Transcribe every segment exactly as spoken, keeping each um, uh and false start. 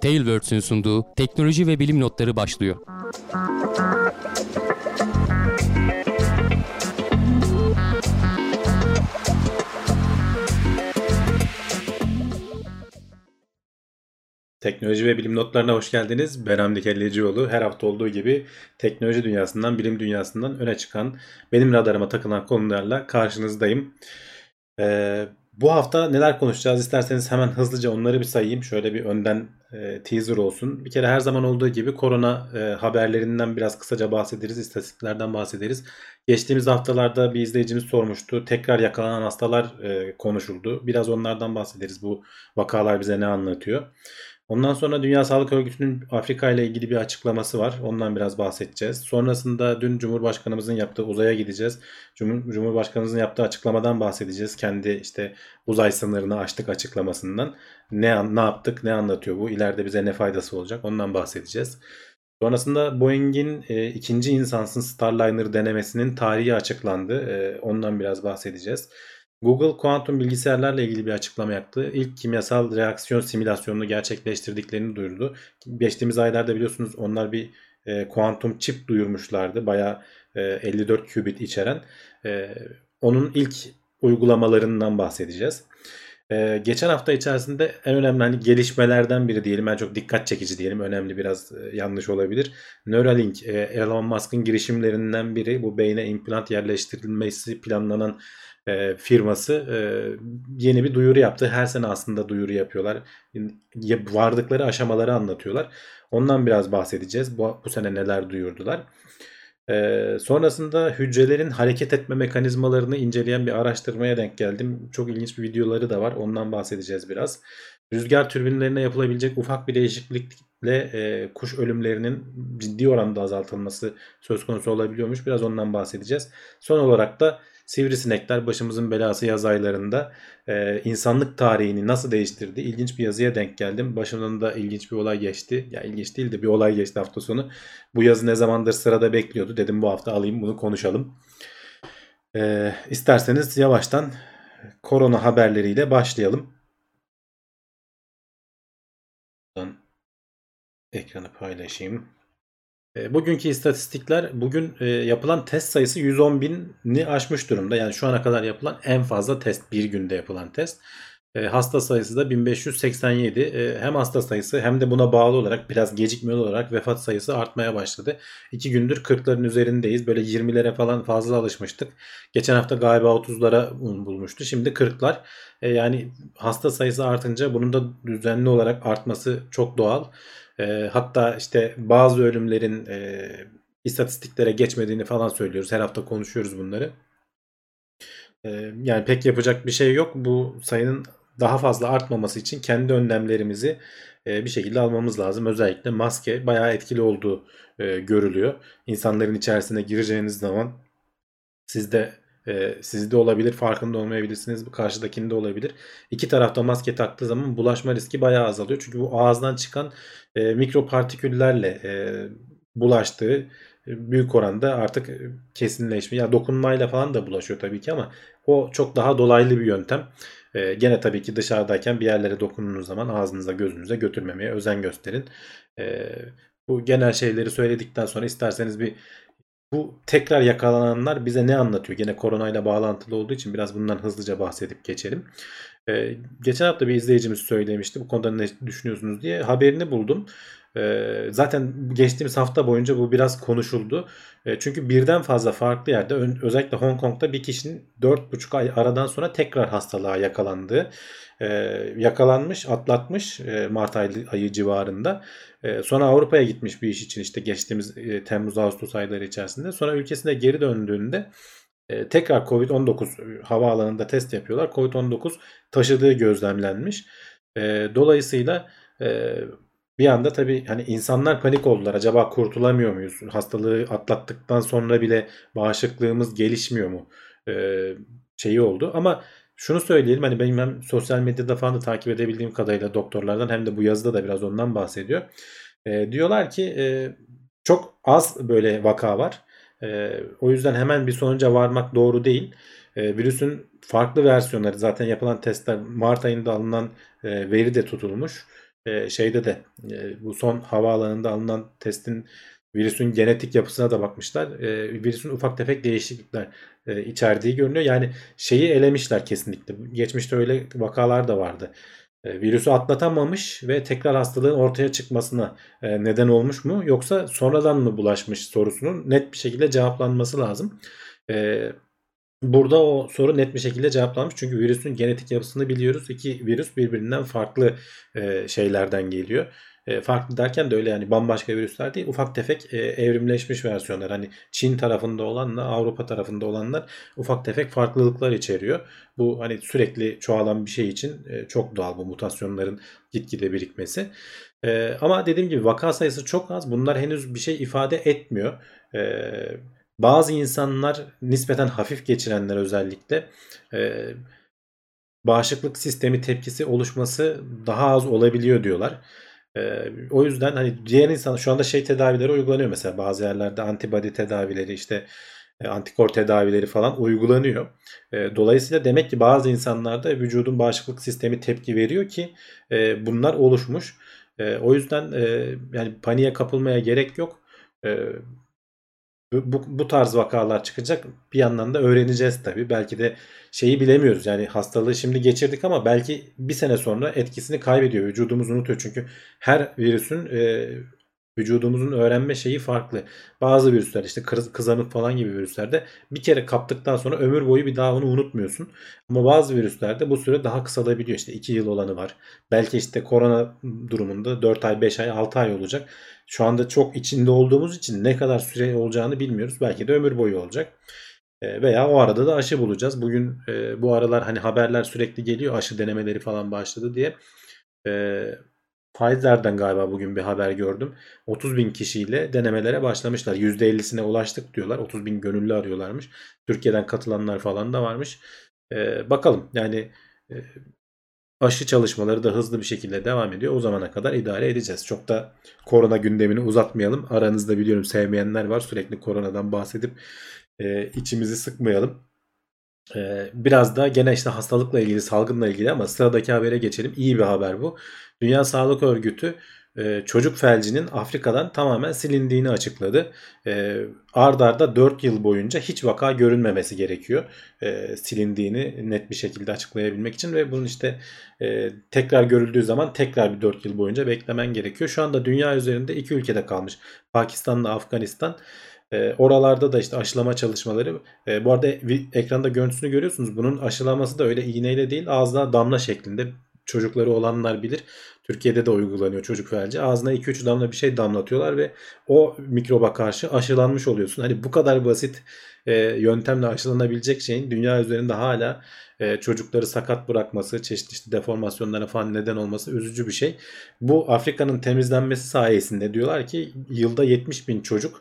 Tailwords'ün sunduğu teknoloji ve bilim notları başlıyor. Teknoloji ve bilim notlarına hoş geldiniz. Ben Hamdi Kellecioğlu. Her hafta olduğu gibi teknoloji dünyasından, bilim dünyasından öne çıkan, benim radarıma takılan konularla karşınızdayım. Ee, bu hafta neler konuşacağız? İsterseniz hemen hızlıca onları bir sayayım. Şöyle bir önden e, teaser olsun. Bir kere her zaman olduğu gibi korona e, haberlerinden biraz kısaca bahsederiz. İstatistiklerden bahsederiz. Geçtiğimiz haftalarda bir izleyicimiz sormuştu. Tekrar yakalanan hastalar e, konuşuldu. Biraz onlardan bahsederiz. Bu vakalar bize ne anlatıyor? Ondan sonra Dünya Sağlık Örgütü'nün Afrika ile ilgili bir açıklaması var. Ondan biraz bahsedeceğiz. Sonrasında dün Cumhurbaşkanımızın yaptığı uzaya gideceğiz. Cum- Cumhurbaşkanımızın yaptığı açıklamadan bahsedeceğiz. Kendi işte uzay sınırını aştık açıklamasından. Ne ne yaptık, ne anlatıyor bu? İleride bize ne faydası olacak? Ondan bahsedeceğiz. Sonrasında Boeing'in e, ikinci insansız Starliner denemesinin tarihi açıklandı. E, ondan biraz bahsedeceğiz. Google kuantum bilgisayarlarla ilgili bir açıklama yaptı. İlk kimyasal reaksiyon simülasyonunu gerçekleştirdiklerini duyurdu. Geçtiğimiz aylarda biliyorsunuz onlar bir e, kuantum çip duyurmuşlardı. Bayağı e, elli dört qubit içeren. E, onun ilk uygulamalarından bahsedeceğiz. Ee, geçen hafta içerisinde en önemli hani gelişmelerden biri diyelim. En çok dikkat çekici diyelim. Önemli biraz e, yanlış olabilir. Neuralink, e, Elon Musk'ın girişimlerinden biri. Bu beyne implant yerleştirilmesi planlanan e, firması e, yeni bir duyuru yaptı. Her sene aslında duyuru yapıyorlar. Ya- Vardıkları aşamaları anlatıyorlar. Ondan biraz bahsedeceğiz. Bu, bu sene neler duyurdular. Ee, sonrasında hücrelerin hareket etme mekanizmalarını inceleyen bir araştırmaya denk geldim. Çok ilginç bir videoları da var. Ondan bahsedeceğiz biraz. Rüzgar türbinlerine yapılabilecek ufak bir değişiklikle e, kuş ölümlerinin ciddi oranda azaltılması söz konusu olabiliyormuş. Biraz ondan bahsedeceğiz. Son olarak da sivrisinekler başımızın belası yaz aylarında e, insanlık tarihini nasıl değiştirdi? İlginç bir yazıya denk geldim. Başımdan da ilginç bir olay geçti. Ya ilginç değil de bir olay geçti hafta sonu. Bu yazı ne zamandır sırada bekliyordu. Dedim bu hafta alayım bunu konuşalım. Ee, isterseniz yavaştan korona haberleriyle başlayalım. Buradan ekranı paylaşayım. E, Bugünkü istatistikler bugün e, yapılan test sayısı yüz on bini aşmış durumda. Yani şu ana kadar yapılan en fazla test, bir günde yapılan test. E, hasta sayısı da bin beş yüz seksen yedi. E, hem hasta sayısı hem de buna bağlı olarak biraz gecikmeli olarak vefat sayısı artmaya başladı. iki gündür kırkların üzerindeyiz. Böyle yirmilere falan fazla alışmıştık. Geçen hafta galiba otuzlara bulmuştu. Şimdi kırklar. E, yani hasta sayısı artınca bunun da düzenli olarak artması çok doğal. E, hatta işte bazı ölümlerin e, istatistiklere geçmediğini falan söylüyoruz. Her hafta konuşuyoruz bunları. E, yani pek yapacak bir şey yok. Bu sayının daha fazla artmaması için kendi önlemlerimizi e, bir şekilde almamız lazım. Özellikle maske bayağı etkili olduğu e, görülüyor. İnsanların içerisine gireceğiniz zaman sizde e, sizde olabilir, farkında olmayabilirsiniz. Bu karşıdakinde olabilir. İki tarafta maske taktığı zaman bulaşma riski bayağı azalıyor. Çünkü bu ağızdan çıkan e, mikropartiküllerle e, bulaştığı e, büyük oranda artık e, kesinleşme. Ya dokunmayla falan da bulaşıyor tabii ki ama o çok daha dolaylı bir yöntem. E, gene tabii ki dışarıdayken bir yerlere dokunduğunuz zaman ağzınıza gözünüze götürmemeye özen gösterin. E, bu genel şeyleri söyledikten sonra isterseniz bir bu tekrar yakalananlar bize ne anlatıyor? Gene koronayla bağlantılı olduğu için biraz bundan hızlıca bahsedip geçelim. Ee, geçen hafta bir izleyicimiz söylemişti bu konuda ne düşünüyorsunuz diye haberini buldum. Ee, zaten geçtiğimiz hafta boyunca bu biraz konuşuldu. Ee, çünkü birden fazla farklı yerde özellikle Hong Kong'da bir kişinin dört buçuk ay aradan sonra tekrar hastalığa yakalandığı e, yakalanmış, atlatmış e, Mart ayı, ayı civarında. E, sonra Avrupa'ya gitmiş bir iş için işte geçtiğimiz e, Temmuz-Ağustos ayları içerisinde. Sonra ülkesine geri döndüğünde e, tekrar covid on dokuz havaalanında test yapıyorlar. covid on dokuz taşıdığı gözlemlenmiş. E, dolayısıyla e, bir anda tabii hani insanlar panik oldular. Acaba kurtulamıyor muyuz? Hastalığı atlattıktan sonra bile bağışıklığımız gelişmiyor mu? E, şeyi oldu. Ama şunu söyleyelim hani benim hem sosyal medyada falan da takip edebildiğim kadarıyla doktorlardan hem de bu yazıda da biraz ondan bahsediyor. E, diyorlar ki e, çok az böyle vaka var. E, o yüzden hemen bir sonuca varmak doğru değil. E, virüsün farklı versiyonları zaten yapılan testler Mart ayında alınan e, veri de tutulmuş. e, şeyde de e, bu son havaalanında alınan testin virüsün genetik yapısına da bakmışlar. E, virüsün ufak tefek değişiklikler e, içerdiği görünüyor. Yani şeyi elemişler kesinlikle. Geçmişte öyle vakalar da vardı. E, virüsü atlatamamış ve tekrar hastalığın ortaya çıkmasına e, neden olmuş mu yoksa sonradan mı bulaşmış sorusunun net bir şekilde cevaplanması lazım. E, Burada o soru net bir şekilde cevaplanmış. Çünkü virüsün genetik yapısını biliyoruz. İki virüs birbirinden farklı e, şeylerden geliyor. E, farklı derken de öyle yani bambaşka virüsler değil. Ufak tefek e, evrimleşmiş versiyonlar. Hani Çin tarafında olanla Avrupa tarafında olanlar ufak tefek farklılıklar içeriyor. Bu hani sürekli çoğalan bir şey için e, çok doğal bu mutasyonların gitgide birikmesi. E, ama dediğim gibi vaka sayısı çok az. Bunlar henüz bir şey ifade etmiyor. E, Bazı insanlar nispeten hafif geçirenler özellikle e, bağışıklık sistemi tepkisi oluşması daha az olabiliyor diyorlar. E, o yüzden hani diğer insan şu anda şey tedavileri uygulanıyor mesela bazı yerlerde antibody tedavileri işte e, antikor tedavileri falan uygulanıyor. E, dolayısıyla demek ki bazı insanlarda vücudun bağışıklık sistemi tepki veriyor ki e, bunlar oluşmuş. E, o yüzden e, yani paniğe kapılmaya gerek yok. E, bu, bu, bu tarz vakalar çıkacak. Bir yandan da öğreneceğiz tabii. Belki de şeyi bilemiyoruz. Yani hastalığı şimdi geçirdik ama belki bir sene sonra etkisini kaybediyor. Vücudumuz unutuyor. Çünkü her virüsün e, vücudumuzun öğrenme şeyi farklı. Bazı virüsler işte kız- kızamık falan gibi virüslerde bir kere kaptıktan sonra ömür boyu bir daha onu unutmuyorsun. Ama bazı virüslerde bu süre daha kısalabiliyor. İşte iki yıl olanı var. Belki işte korona durumunda dört ay, beş ay, altı ay olacak. Şu anda çok içinde olduğumuz için ne kadar süre olacağını bilmiyoruz. Belki de ömür boyu olacak. E, veya o arada da aşı bulacağız. Bugün e, bu aralar hani haberler sürekli geliyor aşı denemeleri falan başladı diye. E, Pfizer'den galiba bugün bir haber gördüm. otuz bin kişiyle denemelere başlamışlar. yüzde ellisine ulaştık diyorlar. otuz bin gönüllü arıyorlarmış. Türkiye'den katılanlar falan da varmış. E, bakalım yani e, aşı çalışmaları da hızlı bir şekilde devam ediyor. O zamana kadar idare edeceğiz. Çok da korona gündemini uzatmayalım. Aranızda biliyorum sevmeyenler var. Sürekli koronadan bahsedip e, içimizi sıkmayalım. E, biraz da gene işte hastalıkla ilgili, salgınla ilgili ama sıradaki habere geçelim. İyi bir haber bu. Dünya Sağlık Örgütü e, çocuk felcinin Afrika'dan tamamen silindiğini açıkladı. E, ard arda dört yıl boyunca hiç vaka görünmemesi gerekiyor. E, silindiğini net bir şekilde açıklayabilmek için ve bunun işte e, tekrar görüldüğü zaman tekrar bir dört yıl boyunca beklemen gerekiyor. Şu anda dünya üzerinde iki ülkede kalmış. Pakistan'la Afganistan. E, oralarda da işte aşılama çalışmaları. E, bu arada vi- ekranda görüntüsünü görüyorsunuz. Bunun aşılaması da öyle iğneyle değil ağzına damla şeklinde. Çocukları olanlar bilir. Türkiye'de de uygulanıyor çocuk felci. Ağzına iki üç damla bir şey damlatıyorlar ve o mikroba karşı aşılanmış oluyorsun. Hani bu kadar basit e, yöntemle aşılanabilecek şeyin dünya üzerinde hala e, çocukları sakat bırakması, çeşitli işte deformasyonlara falan neden olması üzücü bir şey. Bu Afrika'nın temizlenmesi sayesinde diyorlar ki yılda yetmiş bin çocuk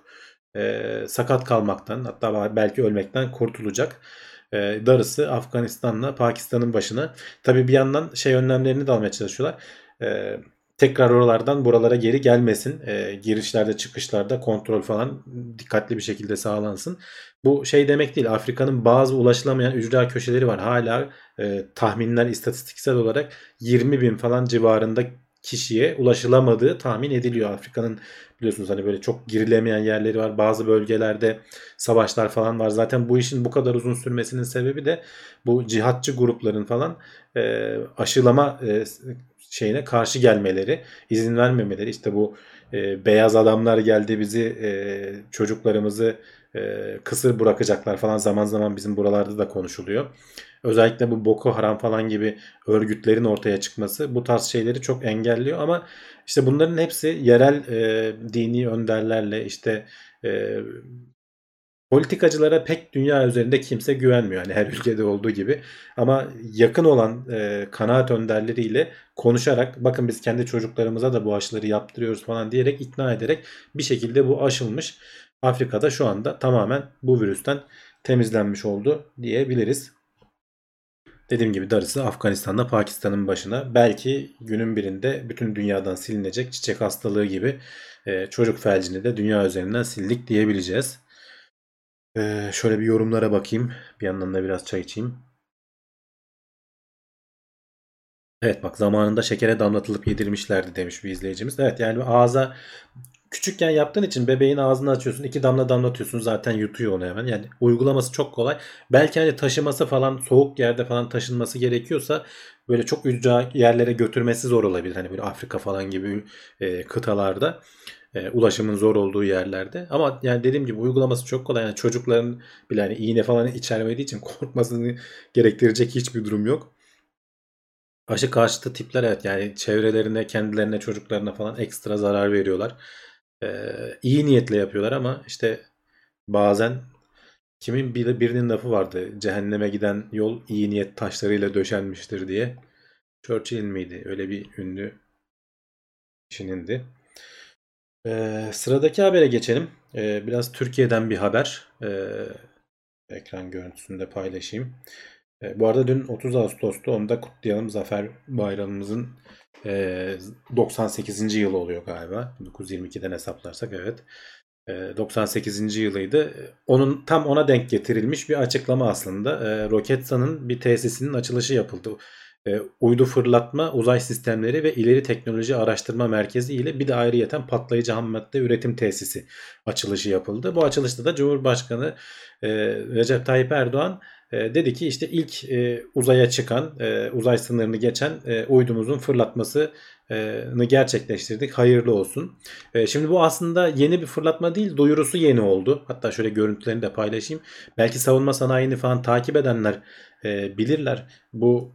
e, sakat kalmaktan hatta belki ölmekten kurtulacak. E, darısı Afganistan'la Pakistan'ın başına. Tabii bir yandan şey önlemlerini de almaya çalışıyorlar. E, tekrar oralardan buralara geri gelmesin. E, girişlerde çıkışlarda kontrol falan dikkatli bir şekilde sağlansın. Bu şey demek değil. Afrika'nın bazı ulaşılamayan ücra köşeleri var. Hala e, tahminler istatistiksel olarak yirmi bin falan civarında kişiye ulaşılamadığı tahmin ediliyor. Afrika'nın biliyorsunuz hani böyle çok girilemeyen yerleri var. Bazı bölgelerde savaşlar falan var. Zaten bu işin bu kadar uzun sürmesinin sebebi de bu cihatçı grupların falan e, aşılama e, şeyine karşı gelmeleri, izin vermemeleri. İşte bu e, beyaz adamlar geldi bizi e, çocuklarımızı e, kısır bırakacaklar falan zaman zaman bizim buralarda da konuşuluyor. Özellikle bu Boko Haram falan gibi örgütlerin ortaya çıkması bu tarz şeyleri çok engelliyor ama işte bunların hepsi yerel e, dini önderlerle işte e, politikacılara pek dünya üzerinde kimse güvenmiyor. Hani her ülkede olduğu gibi. Ama yakın olan e, kanaat önderleriyle konuşarak bakın biz kendi çocuklarımıza da bu aşıları yaptırıyoruz falan diyerek ikna ederek bir şekilde bu aşılmış. Afrika'da şu anda tamamen bu virüsten temizlenmiş oldu diyebiliriz. Dediğim gibi darısı Afganistan'da Pakistan'ın başına. Belki günün birinde bütün dünyadan silinecek çiçek hastalığı gibi e, çocuk felcini de dünya üzerinden sildik diyebileceğiz. E, şöyle bir yorumlara bakayım. Bir yandan da biraz çay içeyim. Evet bak, zamanında şekere damlatılıp yedirmişlerdi demiş bir izleyicimiz. Evet, yani ağza küçükken yaptığın için bebeğin ağzını açıyorsun, iki damla damlatıyorsun, zaten yutuyor onu hemen. Yani uygulaması çok kolay. Belki hani taşıması falan, soğuk yerde falan taşınması gerekiyorsa böyle çok ücra yerlere götürmesi zor olabilir. Hani böyle Afrika falan gibi e, kıtalarda, e, ulaşımın zor olduğu yerlerde. Ama yani dediğim gibi uygulaması çok kolay. Yani çocukların bile hani iğne falan içermediği için korkmasını gerektirecek hiçbir durum yok. Aşı karşıtı tipler, evet, yani çevrelerine, kendilerine, çocuklarına falan ekstra zarar veriyorlar. Ee, iyi niyetle yapıyorlar ama işte bazen, kimin bir, birinin lafı vardı. Cehenneme giden yol iyi niyet taşlarıyla döşenmiştir diye. Churchill miydi? Öyle bir ünlü kişinindi. Ee, sıradaki habere geçelim. Ee, biraz Türkiye'den bir haber. Ee, ekran görüntüsünü de paylaşayım. E, bu arada dün otuz Ağustos'ta, onu da kutlayalım. Zafer Bayramımızın e, doksan sekizinci yılı oluyor galiba. bin dokuz yüz yirmi ikiden hesaplarsak, evet. E, doksan sekizinci yılıydı. Onun tam ona denk getirilmiş bir açıklama aslında. E, Roketsan'ın bir tesisinin açılışı yapıldı. E, uydu fırlatma, uzay sistemleri ve ileri teknoloji araştırma merkezi ile bir de ayrıyeten patlayıcı ham madde üretim tesisi açılışı yapıldı. Bu açılışta da Cumhurbaşkanı e, Recep Tayyip Erdoğan e, dedi ki işte ilk e, uzaya çıkan, e, uzay sınırını geçen e, uydumuzun fırlatmasını gerçekleştirdik. Hayırlı olsun. E, şimdi bu aslında yeni bir fırlatma değil, duyurusu yeni oldu. Hatta şöyle görüntülerini de paylaşayım. Belki savunma sanayini falan takip edenler e, bilirler. Bu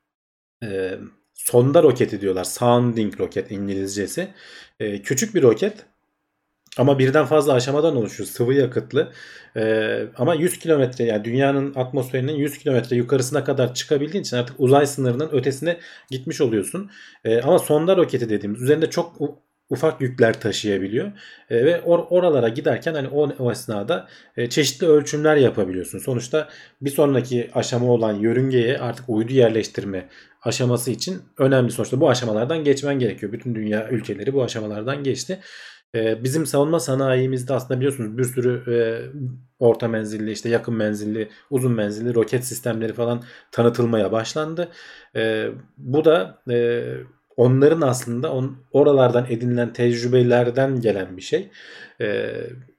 e, sonda roketi diyorlar. Sounding roket İngilizcesi. E, küçük bir roket. Ama birden fazla aşamadan oluşuyor. Sıvı yakıtlı. Ee, ama yüz kilometre, yani dünyanın atmosferinin yüz kilometre yukarısına kadar çıkabildiğin için artık uzay sınırının ötesine gitmiş oluyorsun. Ee, ama sonda roketi dediğimiz, üzerinde çok ufak yükler taşıyabiliyor. Ee, ve or oralara giderken hani o, o esnada e, çeşitli ölçümler yapabiliyorsun. Sonuçta bir sonraki aşama olan yörüngeye artık uydu yerleştirme aşaması için önemli. Sonuçta bu aşamalardan geçmen gerekiyor. Bütün dünya ülkeleri bu aşamalardan geçti. Ee, bizim savunma sanayimizde aslında biliyorsunuz bir sürü e, orta menzilli, işte yakın menzilli, uzun menzilli roket sistemleri falan tanıtılmaya başlandı. Ee, bu da e, onların aslında on, oralardan edinilen tecrübelerden gelen bir şey. Ee,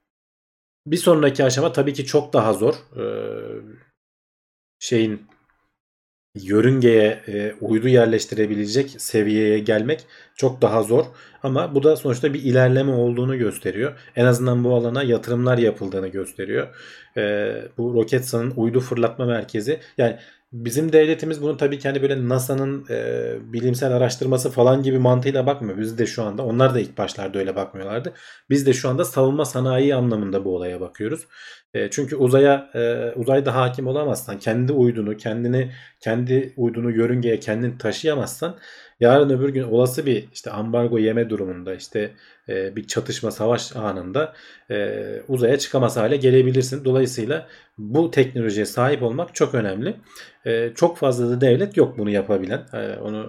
bir sonraki aşama tabii ki çok daha zor. Ee, şeyin yörüngeye e, uydu yerleştirebilecek seviyeye gelmek çok daha zor. Ama bu da sonuçta bir ilerleme olduğunu gösteriyor. En azından bu alana yatırımlar yapıldığını gösteriyor. E, bu Roketsan'ın uydu fırlatma merkezi, yani bizim devletimiz bunu tabii ki hani böyle NASA'nın e, bilimsel araştırması falan gibi mantığıyla bakmıyor. Biz de şu anda, onlar da ilk başlarda öyle bakmıyorlardı. Biz de şu anda savunma sanayi anlamında bu olaya bakıyoruz. E, çünkü uzaya e, uzayda hakim olamazsan, kendi uydunu, kendini kendi uydunu yörüngeye kendin taşıyamazsan, yarın öbür gün olası bir işte ambargo yeme durumunda, işte e, bir çatışma, savaş anında e, uzaya çıkamaz hale gelebilirsin. Dolayısıyla bu teknolojiye sahip olmak çok önemli. E, çok fazla da devlet yok bunu yapabilen. E, onu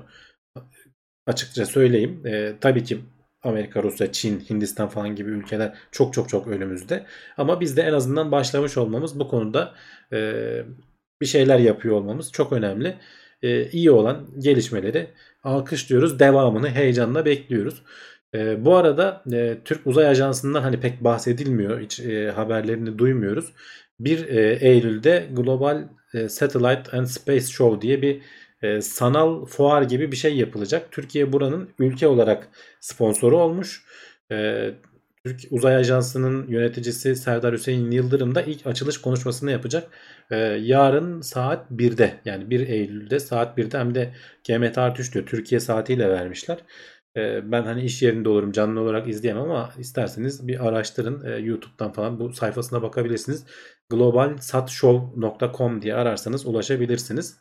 açıkça söyleyeyim. E, tabii ki Amerika, Rusya, Çin, Hindistan falan gibi ülkeler çok çok çok önümüzde. Ama biz de en azından başlamış olmamız, bu konuda e, bir şeyler yapıyor olmamız çok önemli. E, iyi olan gelişmeleri alkışlıyoruz. Devamını heyecanla bekliyoruz. E, bu arada e, Türk Uzay Ajansı'ndan hani pek bahsedilmiyor. Hiç e, haberlerini duymuyoruz. bir Eylül'de Global Satellite and Space Show diye bir e, sanal fuar gibi bir şey yapılacak. Türkiye buranın ülke olarak sponsoru olmuş. E, Türk Uzay Ajansı'nın yöneticisi Serdar Hüseyin Yıldırım da ilk açılış konuşmasını yapacak. E, yarın saat birde, yani bir Eylül'de saat birde, hem de G M T artı üç diyor. Türkiye saatiyle vermişler. E, ben hani iş yerinde olurum, canlı olarak izleyemem ama isterseniz bir araştırın. E, YouTube'dan falan bu sayfasına bakabilirsiniz. global sat show nokta com diye ararsanız ulaşabilirsiniz.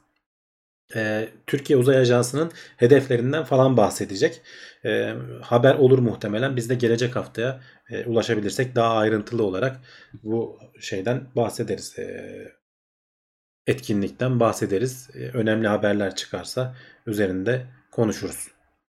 Ee, Türkiye Uzay Ajansı'nın hedeflerinden falan bahsedecek. Ee, haber olur muhtemelen. Biz de gelecek haftaya e, ulaşabilirsek daha ayrıntılı olarak bu şeyden bahsederiz. Ee, etkinlikten bahsederiz. Ee, önemli haberler çıkarsa üzerinde konuşuruz.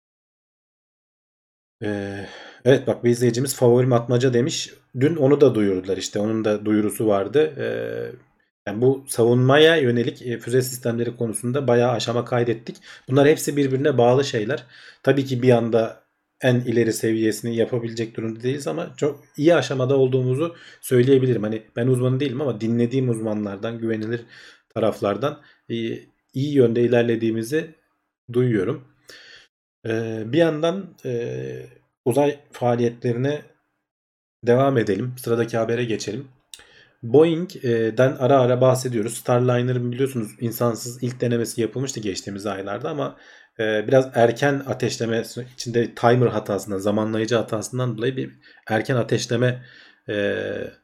Ee, evet bak, bir izleyicimiz favorim atmaca demiş. Dün onu da duyurdular işte. Onun da duyurusu vardı. Ee, Yani bu savunmaya yönelik e, füze sistemleri konusunda bayağı aşama kaydettik. Bunlar hepsi birbirine bağlı şeyler. Tabii ki bir anda en ileri seviyesini yapabilecek durumda değiliz ama çok iyi aşamada olduğumuzu söyleyebilirim. Hani ben uzman değilim ama dinlediğim uzmanlardan, güvenilir taraflardan e, iyi yönde ilerlediğimizi duyuyorum. E, bir yandan e, uzay faaliyetlerine devam edelim. Sıradaki habere geçelim. Boeing'den ara ara bahsediyoruz. Starliner'ın biliyorsunuz insansız ilk denemesi yapılmıştı geçtiğimiz aylarda ama e, biraz erken ateşleme içinde timer hatasından, zamanlayıcı hatasından dolayı bir erken ateşleme e,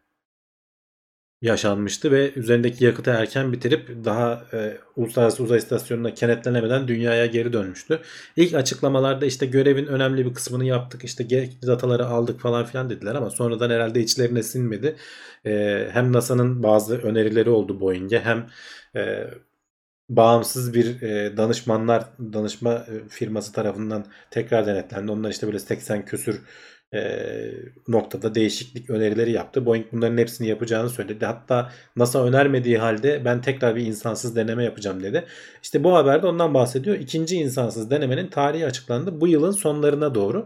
yaşanmıştı ve üzerindeki yakıtı erken bitirip daha e, Uluslararası Uzay İstasyonu'na kenetlenemeden dünyaya geri dönmüştü. İlk açıklamalarda işte görevin önemli bir kısmını yaptık, işte gerekli dataları aldık falan filan dediler ama sonradan herhalde içlerine sinmedi. E, hem NASA'nın bazı önerileri oldu Boeing'e hem e, bağımsız bir e, danışmanlar danışma e, firması tarafından tekrar denetlendi. Onlar işte böyle seksen küsür e, noktada değişiklik önerileri yaptı. Boeing bunların hepsini yapacağını söyledi. Hatta NASA önermediği halde ben tekrar bir insansız deneme yapacağım dedi. İşte bu haberde ondan bahsediyor. İkinci insansız denemenin tarihi açıklandı. Bu yılın sonlarına doğru.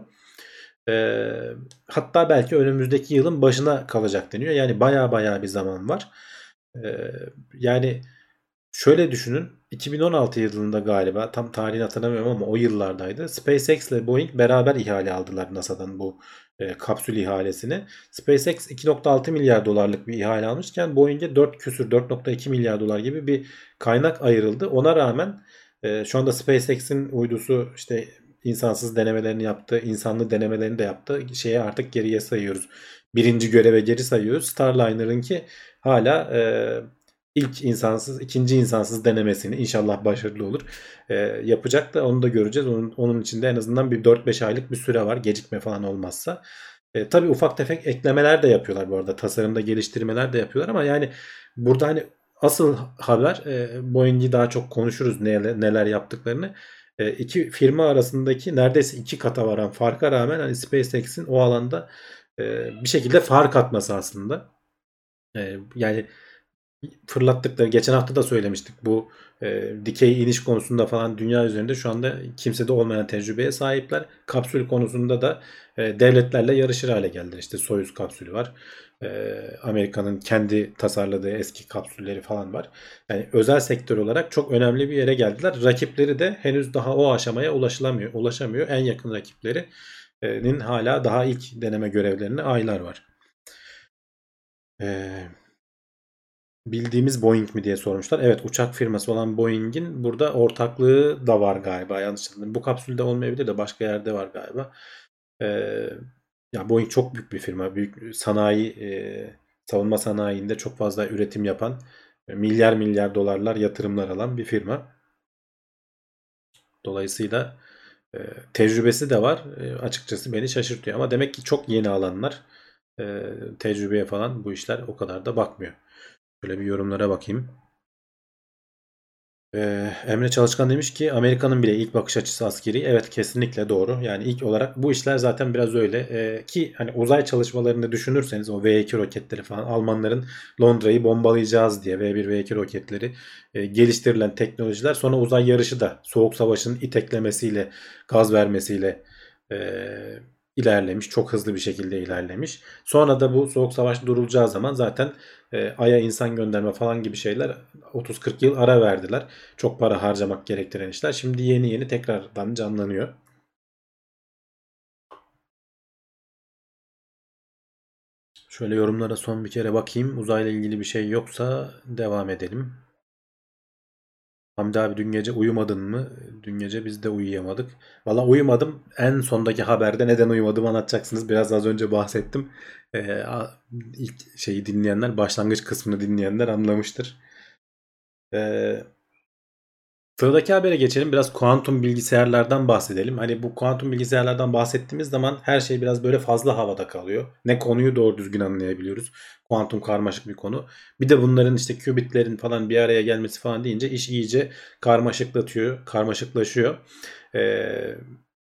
E, hatta belki önümüzdeki yılın başına kalacak deniyor. Yani baya baya bir zaman var. E, yani Şöyle düşünün. iki bin on altı yılında galiba tam tarihini hatırlamıyorum ama o yıllardaydı. SpaceX ile Boeing beraber ihale aldılar NASA'dan bu e, kapsül ihalesini. SpaceX iki nokta altı milyar dolarlık bir ihale almışken Boeing'e dört küsür dört nokta iki milyar dolar gibi bir kaynak ayrıldı. Ona rağmen e, şu anda SpaceX'in uydusu işte insansız denemelerini yaptı, insanlı denemelerini de yaptı. Şeye artık geriye sayıyoruz. Birinci göreve geri sayıyoruz. Starliner'ınki hala e, ilk insansız, ikinci insansız denemesini inşallah başarılı olur. E, yapacak da onu da göreceğiz. Onun, onun içinde en azından bir dört beş aylık bir süre var. Gecikme falan olmazsa. E, tabii ufak tefek eklemeler de yapıyorlar bu arada. Tasarımda geliştirmeler de yapıyorlar ama yani burada hani asıl haber e, Boeing'i daha çok konuşuruz neler, neler yaptıklarını. E, iki firma arasındaki neredeyse iki kata varan farka rağmen hani SpaceX'in o alanda e, bir şekilde fark atması aslında. E, yani fırlattıkları geçen hafta da söylemiştik bu e, dikey iniş konusunda falan dünya üzerinde şu anda kimsede olmayan tecrübeye sahipler. Kapsül konusunda da e, devletlerle yarışır hale geldiler. İşte Soyuz kapsülü var. E, Amerika'nın kendi tasarladığı eski kapsülleri falan var. Yani özel sektör olarak çok önemli bir yere geldiler. Rakipleri de henüz daha o aşamaya ulaşılamıyor, ulaşamıyor. En yakın rakiplerinin hala daha ilk deneme görevlerine aylar var. Eee Bildiğimiz Boeing mi diye sormuşlar. Evet, uçak firması olan Boeing'in burada ortaklığı da var galiba. Yanlış hatırlamıyorum. Bu kapsülde olmayabilir de başka yerde var galiba. Ee, ya Boeing çok büyük bir firma. Büyük sanayi, e, savunma sanayinde çok fazla üretim yapan, e, milyar milyar dolarlar yatırımlar alan bir firma. Dolayısıyla e, tecrübesi de var. E, açıkçası beni şaşırtıyor. Ama demek ki çok yeni alanlar. E, tecrübeye falan bu işler o kadar da bakmıyor. Şöyle bir yorumlara bakayım. Ee, Emre Çalışkan demiş ki Amerika'nın bile ilk bakış açısı askeri. Evet, kesinlikle doğru. Yani ilk olarak bu işler zaten biraz öyle. Ee, ki hani uzay çalışmalarını düşünürseniz o V iki roketleri falan Almanların Londra'yı bombalayacağız diye V bir V iki roketleri e, geliştirilen teknolojiler sonra uzay yarışı da Soğuk Savaş'ın iteklemesiyle gaz vermesiyle e, ilerlemiş. Çok hızlı bir şekilde ilerlemiş. Sonra da bu Soğuk Savaş durulacağı zaman zaten e, Ay'a insan gönderme falan gibi şeyler otuz kırk yıl ara verdiler. Çok para harcamak gerektiren işler. Şimdi yeni yeni tekrardan canlanıyor. Şöyle yorumlara son bir kere bakayım. Uzayla ilgili bir şey yoksa devam edelim. Hamdi abi dün gece uyumadın mı? Dün gece biz de uyuyamadık. Valla uyumadım. En sondaki haberde neden uyumadığımı anlatacaksınız. Biraz az önce bahsettim. Ee, ilk şeyi dinleyenler, başlangıç kısmını dinleyenler anlamıştır. Ee, Sıradaki habere geçelim. Biraz kuantum bilgisayarlardan bahsedelim. Hani bu kuantum bilgisayarlardan bahsettiğimiz zaman her şey biraz böyle fazla havada kalıyor. Ne konuyu doğru düzgün anlayabiliyoruz. Kuantum karmaşık bir konu. Bir de bunların işte qubitlerin falan bir araya gelmesi falan deyince iş iyice karmaşıklatıyor, karmaşıklaşıyor. Ee,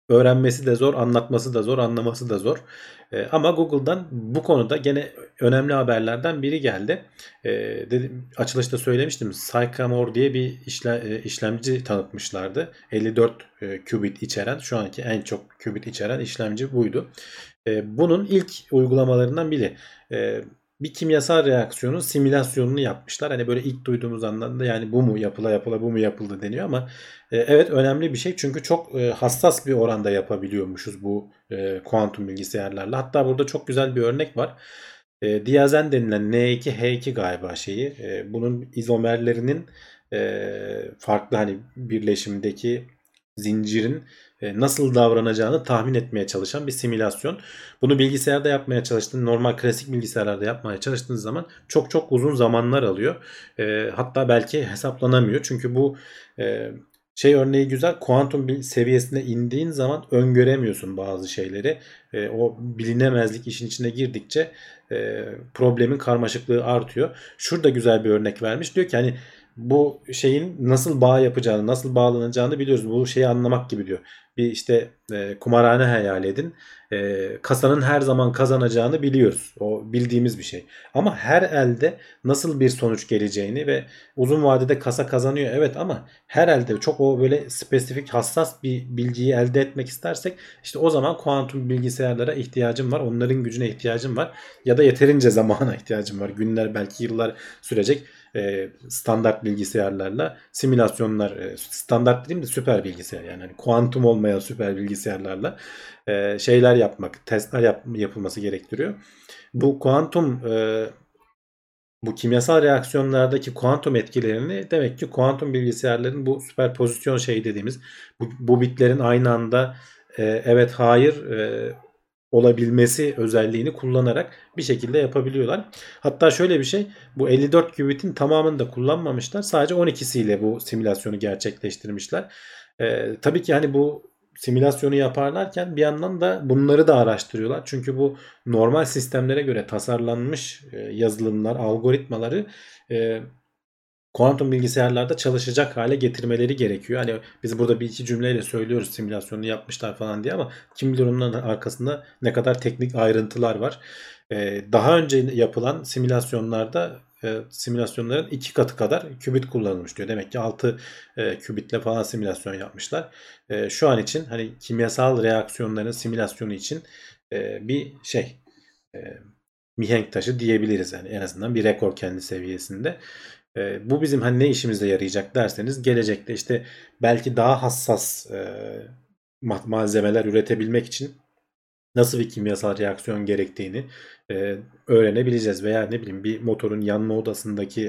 öğrenmesi de zor, anlatması da zor, anlaması da zor. E, ama Google'dan bu konuda gene önemli haberlerden biri geldi. E, dedim, açılışta söylemiştim. Sycamore diye bir işle, e, işlemci tanıtmışlardı. elli dört e, qubit içeren, şu anki en çok qubit içeren işlemci buydu. E, bunun ilk uygulamalarından biri. E, bir kimyasal reaksiyonun simülasyonunu yapmışlar. Hani böyle ilk duyduğumuz anlamda yani bu mu yapıla yapıla bu mu yapıldı deniyor ama e, evet önemli bir şey. Çünkü çok e, hassas bir oranda yapabiliyormuşuz bu e, kuantum bilgisayarlarla. Hatta burada çok güzel bir örnek var. E, diazen denilen N iki H iki galiba şeyi. E, bunun izomerlerinin e, farklı hani birleşimdeki zincirin e, nasıl davranacağını tahmin etmeye çalışan bir simülasyon. Bunu bilgisayarda yapmaya çalıştığınız, normal klasik bilgisayarlarda yapmaya çalıştığınız zaman çok çok uzun zamanlar alıyor. E, hatta belki hesaplanamıyor. Çünkü bu e, şey örneği güzel. Kuantum seviyesine indiğin zaman öngöremiyorsun bazı şeyleri. E, o bilinemezlik işin içine girdikçe e, problemin karmaşıklığı artıyor. Şurada güzel bir örnek vermiş. Diyor ki hani bu şeyin nasıl bağ yapacağını, nasıl bağlanacağını biliyoruz. Bu şeyi anlamak gibi diyor. Bir işte e, kumarhane hayal edin. E, kasanın her zaman kazanacağını biliyoruz. O bildiğimiz bir şey. Ama her elde nasıl bir sonuç geleceğini ve uzun vadede kasa kazanıyor evet ama her elde çok o böyle spesifik hassas bir bilgiyi elde etmek istersek işte o zaman kuantum bilgisayarlara ihtiyacım var. Onların gücüne ihtiyacım var. Ya da yeterince zamana ihtiyacım var. Günler belki yıllar sürecek e, standart bilgisayarlarla simülasyonlar e, standart dediğim de süper bilgisayar yani hani kuantum olmayan süper bilgisayarlarla e, şeyler yapmak, testler yap, yapılması gerektiriyor. Bu kuantum e, bu kimyasal reaksiyonlardaki kuantum etkilerini demek ki kuantum bilgisayarların bu süperpozisyon şey dediğimiz bu, bu bitlerin aynı anda e, evet hayır e, olabilmesi özelliğini kullanarak bir şekilde yapabiliyorlar. Hatta şöyle bir şey bu elli dört qubit'in tamamını da kullanmamışlar. Sadece on ikisiyle bu simülasyonu gerçekleştirmişler. Ee, tabii ki hani bu simülasyonu yaparlarken bir yandan da bunları da araştırıyorlar. Çünkü bu normal sistemlere göre tasarlanmış e, yazılımlar, algoritmaları e, kuantum bilgisayarlarda çalışacak hale getirmeleri gerekiyor. Hani biz burada bir iki cümleyle söylüyoruz simülasyonunu yapmışlar falan diye ama kim bilir onun arkasında ne kadar teknik ayrıntılar var. Ee, daha önce yapılan simülasyonlarda e, simülasyonların iki katı kadar qubit kullanılmış diyor. Demek ki altı e, qubit'le falan simülasyon yapmışlar. E, şu an için hani kimyasal reaksiyonların simülasyonu için e, bir şey e, mihenk taşı diyebiliriz. Yani en azından bir rekor kendi seviyesinde. E, bu bizim hani ne işimize yarayacak derseniz gelecekte işte belki daha hassas e, malzemeler üretebilmek için nasıl bir kimyasal reaksiyon gerektiğini e, öğrenebileceğiz veya ne bileyim bir motorun yanma odasındaki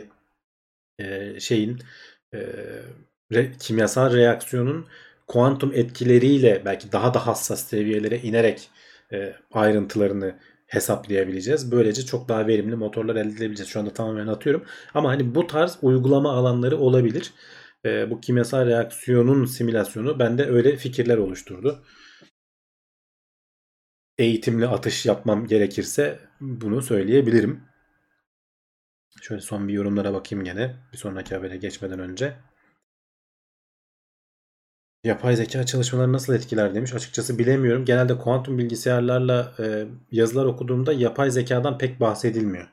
e, şeyin e, re, kimyasal reaksiyonun kuantum etkileriyle belki daha da hassas seviyelere inerek e, ayrıntılarını hesaplayabileceğiz. Böylece çok daha verimli motorlar elde edebileceğiz. Şu anda tamamen atıyorum. Ama hani bu tarz uygulama alanları olabilir. E, bu kimyasal reaksiyonun simülasyonu bende öyle fikirler oluşturdu. Eğitimli atış yapmam gerekirse bunu söyleyebilirim. Şöyle son bir yorumlara bakayım gene. Bir sonraki habere geçmeden önce. Yapay zeka çalışmaları nasıl etkiler demiş. Açıkçası bilemiyorum. Genelde kuantum bilgisayarlarla e, yazılar okuduğumda yapay zekadan pek bahsedilmiyor.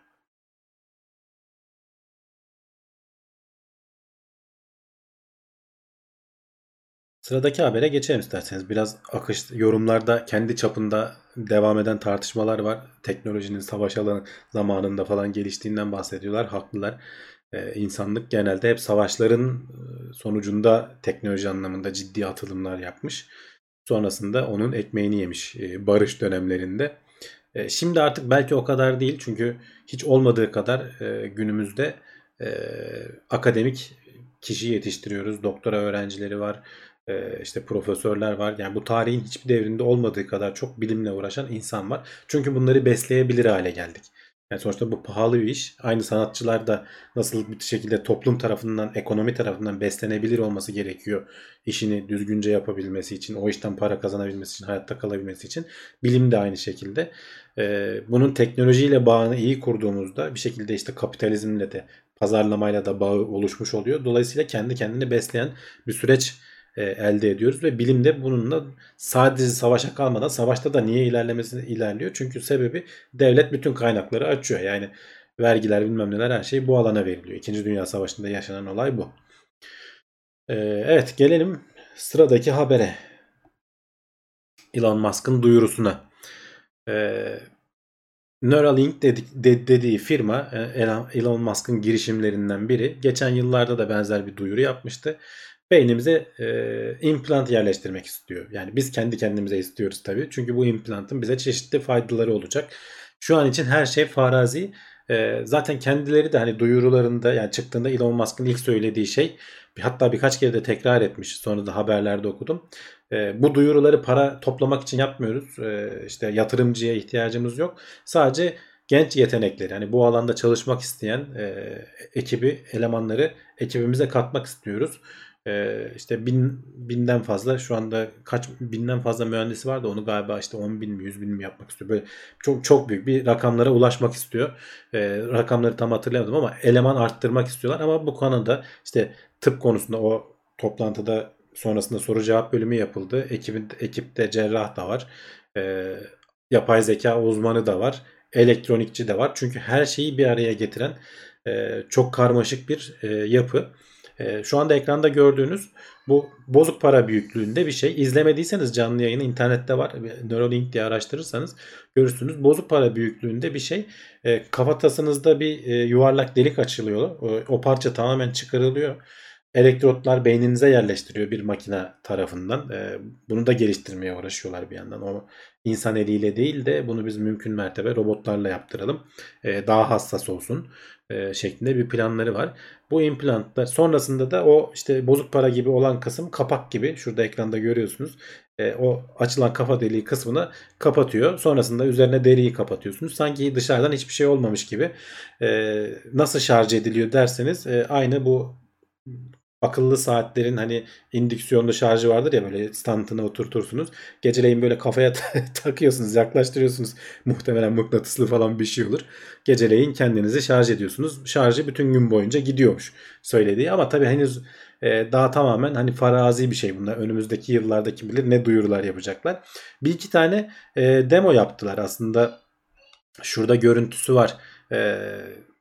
Sıradaki habere geçelim isterseniz. Biraz akış yorumlarda kendi çapında devam eden tartışmalar var. Teknolojinin savaş alanı zamanında falan geliştiğinden bahsediyorlar. Haklılar. Ee, insanlık genelde hep savaşların e, sonucunda teknoloji anlamında ciddi atılımlar yapmış. Sonrasında onun ekmeğini yemiş e, barış dönemlerinde. E, şimdi artık belki o kadar değil. Çünkü hiç olmadığı kadar e, günümüzde e, akademik kişi yetiştiriyoruz. Doktora öğrencileri var. E, işte profesörler var. Yani bu tarihin hiçbir devrinde olmadığı kadar çok bilimle uğraşan insan var. Çünkü bunları besleyebilir hale geldik. Yani sonuçta bu pahalı bir iş. Aynı sanatçılar da nasıl bir şekilde toplum tarafından, ekonomi tarafından beslenebilir olması gerekiyor. İşini düzgünce yapabilmesi için, o işten para kazanabilmesi için, hayatta kalabilmesi için. Bilim de aynı şekilde. Ee, bunun teknolojiyle bağını iyi kurduğumuzda bir şekilde işte kapitalizmle de pazarlamayla da bağı oluşmuş oluyor. Dolayısıyla kendi kendini besleyen bir süreç e, elde ediyoruz ve bilimde bununla sadece savaşa kalmadan savaşta da niye ilerlemesi ilerliyor? Çünkü sebebi devlet bütün kaynakları açıyor. Yani vergiler bilmem neler her şey bu alana veriliyor. İkinci Dünya Savaşı'nda yaşanan olay bu. E, evet gelelim sıradaki habere. Elon Musk'ın duyurusuna. E, Neuralink dedik, de, dediği firma Elon Musk'ın girişimlerinden biri. Geçen yıllarda da benzer bir duyuru yapmıştı. Beynimize e, implant yerleştirmek istiyor. Yani biz kendi kendimize istiyoruz tabii. Çünkü bu implantın bize çeşitli faydaları olacak. Şu an için her şey farazi. E, zaten kendileri de hani duyurularında yani çıktığında Elon Musk'ın ilk söylediği şey hatta birkaç kere de tekrar etmiş. Sonra da haberlerde okudum. E, bu duyuruları para toplamak için yapmıyoruz. E, işte yatırımcıya ihtiyacımız yok. Sadece genç yetenekleri yani bu alanda çalışmak isteyen e, ekibi, elemanları ekibimize katmak istiyoruz. E, işte bin, binden fazla şu anda kaç binden fazla mühendisi var da onu galiba işte on bin mi yüz bin mi yapmak istiyor. Böyle çok çok büyük bir rakamlara ulaşmak istiyor. E, rakamları tam hatırlayamadım ama eleman arttırmak istiyorlar ama bu konuda işte tıp konusunda o toplantıda sonrasında soru cevap bölümü yapıldı. Ekibin, ekipte cerrah da var. E, yapay zeka uzmanı da var. Elektronikçi de var. Çünkü her şeyi bir araya getiren e, çok karmaşık bir e, yapı. E, şu anda ekranda gördüğünüz bu bozuk para büyüklüğünde bir şey. İzlemediyseniz canlı yayını internette var. Neuralink diye araştırırsanız görürsünüz. Bozuk para büyüklüğünde bir şey. E, kafatasınızda bir e, yuvarlak delik açılıyor. O, o parça tamamen çıkarılıyor. Elektrotlar beyninize yerleştiriyor bir makine tarafından. E, bunu da geliştirmeye uğraşıyorlar bir yandan. O insan eliyle değil de bunu biz mümkün mertebe robotlarla yaptıralım. E, daha hassas olsun e, şeklinde bir planları var. Bu implantlar sonrasında da o işte bozuk para gibi olan kısım kapak gibi şurada ekranda görüyorsunuz. E, o açılan kafa deliği kısmını kapatıyor. Sonrasında üzerine deriyi kapatıyorsunuz. Sanki dışarıdan hiçbir şey olmamış gibi. E, nasıl şarj ediliyor derseniz e, aynı bu akıllı saatlerin hani indüksiyonlu şarjı vardır ya böyle standına oturtursunuz. Geceleyin böyle kafaya takıyorsunuz, yaklaştırıyorsunuz. Muhtemelen mıknatıslı falan bir şey olur. Geceleyin kendinizi şarj ediyorsunuz. Şarjı bütün gün boyunca gidiyormuş söylediği ama tabii henüz e, daha tamamen hani farazi bir şey bunlar. Önümüzdeki yıllarda kim bilir ne duyurular yapacaklar. Bir iki tane e, demo yaptılar aslında. Şurada görüntüsü var. Eee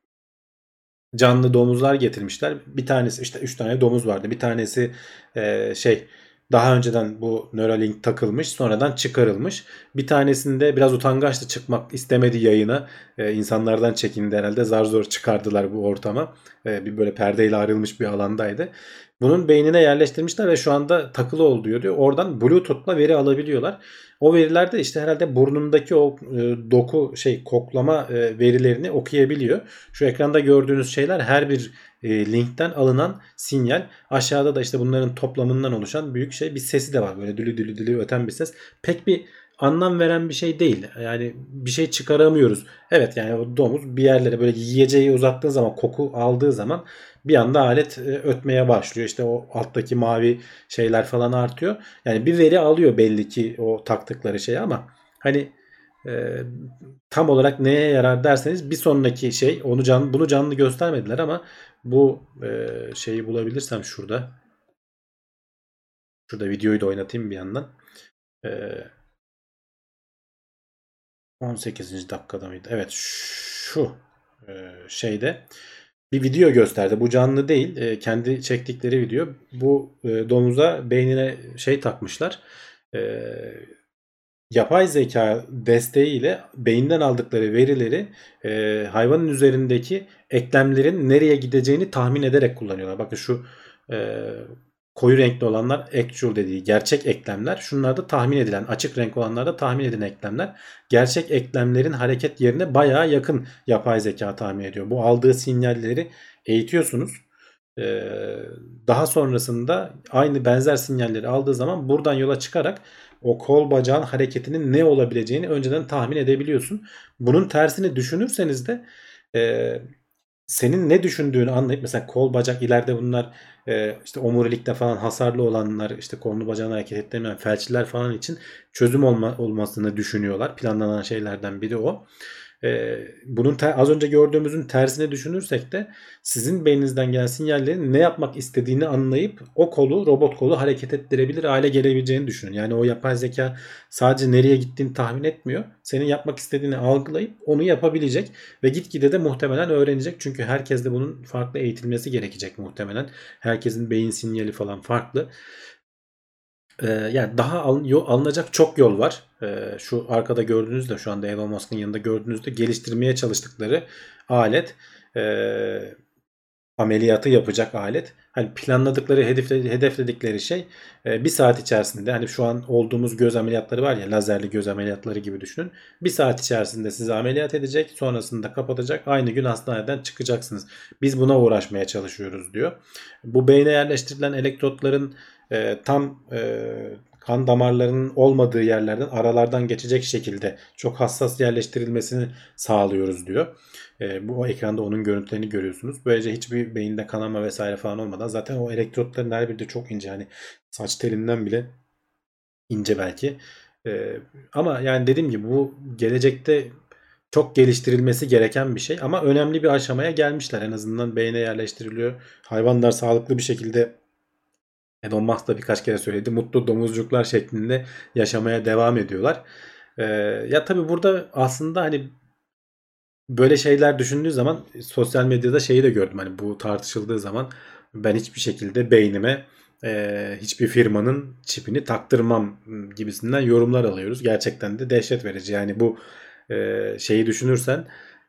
canlı domuzlar getirmişler. Bir tanesi işte üç tane domuz vardı. Bir tanesi e, şey daha önceden bu Neuralink takılmış, sonradan çıkarılmış. Bir tanesinde biraz utangaçtı, çıkmak istemedi yayına. E, insanlardan çekindi herhalde. Zar zor çıkardılar bu ortama. E, bir böyle perdeyle ayrılmış bir alandaydı. Bunun beynine yerleştirmişler ve şu anda takılı ol diyor diyor. Oradan Bluetooth'la veri alabiliyorlar. O veriler de işte herhalde burnundaki o e, doku şey koklama e, verilerini okuyabiliyor. Şu ekranda gördüğünüz şeyler her bir e, linkten alınan sinyal. Aşağıda da işte bunların toplamından oluşan büyük şey bir sesi de var. Böyle dülü dülü dülü öten bir ses. Pek bir anlam veren bir şey değil. Yani bir şey çıkaramıyoruz. Evet yani o domuz bir yerlere böyle yiyeceği uzattığı zaman koku aldığı zaman bir anda alet e, ötmeye başlıyor. İşte o alttaki mavi şeyler falan artıyor. Yani bir veri alıyor belli ki o taktıkları şey ama hani e, tam olarak neye yarar derseniz bir sonraki şey onu can, bunu canlı göstermediler ama bu e, şeyi bulabilirsem şurada şurada videoyu da oynatayım bir yandan. E, on sekizinci dakikada mıydı? Evet şu e, şeyde bir video gösterdi. Bu canlı değil. E, kendi çektikleri video. Bu e, domuza beynine şey takmışlar. E, yapay zeka desteğiyle beyinden aldıkları verileri e, hayvanın üzerindeki eklemlerin nereye gideceğini tahmin ederek kullanıyorlar. Bakın şu e, koyu renkli olanlar actual dediği gerçek eklemler. Şunlar da tahmin edilen, açık renk olanlar da tahmin edilen eklemler. Gerçek eklemlerin hareket yerine bayağı yakın yapay zeka tahmin ediyor. Bu aldığı sinyalleri eğitiyorsunuz. Ee, daha sonrasında aynı benzer sinyalleri aldığı zaman buradan yola çıkarak o kol bacağın hareketinin ne olabileceğini önceden tahmin edebiliyorsun. Bunun tersini düşünürseniz de e, senin ne düşündüğünü anlayıp mesela kol bacak ileride bunlar e, işte omurilikte falan hasarlı olanlar işte kolunu bacağını hareket ettiremeyen felçliler falan için çözüm olma, olmasını düşünüyorlar. Planlanan şeylerden biri o. E, bunun te- az önce gördüğümüzün tersine düşünürsek de sizin beyninizden gelen sinyallerin ne yapmak istediğini anlayıp o kolu, robot kolu hareket ettirebilir hale gelebileceğini düşünün. Yani o yapay zeka sadece nereye gittiğini tahmin etmiyor. Senin yapmak istediğini algılayıp onu yapabilecek ve gitgide de muhtemelen öğrenecek. Çünkü herkes de bunun farklı eğitilmesi gerekecek muhtemelen. Herkesin beyin sinyali falan farklı. Ee, yani daha al- yo- alınacak çok yol var. Ee, şu arkada gördüğünüzde, şu anda Elon Musk'ın yanında gördüğünüzde geliştirmeye çalıştıkları alet, e, ameliyatı yapacak alet. Hani planladıkları, hedefle- hedefledikleri şey e, bir saat içerisinde, hani şu an olduğumuz göz ameliyatları var ya, lazerli göz ameliyatları gibi düşünün. Bir saat içerisinde sizi ameliyat edecek, sonrasında kapatacak. Aynı gün hastaneden çıkacaksınız. Biz buna uğraşmaya çalışıyoruz diyor. Bu beyne yerleştirilen elektrotların e, tam e, kan damarlarının olmadığı yerlerden, aralardan geçecek şekilde çok hassas yerleştirilmesini sağlıyoruz diyor. E, bu ekranda onun görüntülerini görüyorsunuz. Böylece hiçbir beyinde kanama vesaire falan olmadan, zaten o elektrotların her biri de çok ince, hani saç telinden bile ince belki. E, ama yani dediğim gibi bu gelecekte çok geliştirilmesi gereken bir şey ama önemli bir aşamaya gelmişler. En azından beyne yerleştiriliyor. Hayvanlar sağlıklı bir şekilde, Elon Musk da birkaç kere söyledi, mutlu domuzcuklar şeklinde yaşamaya devam ediyorlar. E, ya tabii burada aslında hani böyle şeyler düşündüğü zaman sosyal medyada şeyi de gördüm. Hani bu tartışıldığı zaman ben hiçbir şekilde beynime e, hiçbir firmanın çipini taktırmam gibisinden yorumlar alıyoruz. Gerçekten de dehşet verici. Yani bu e, şeyi düşünürsen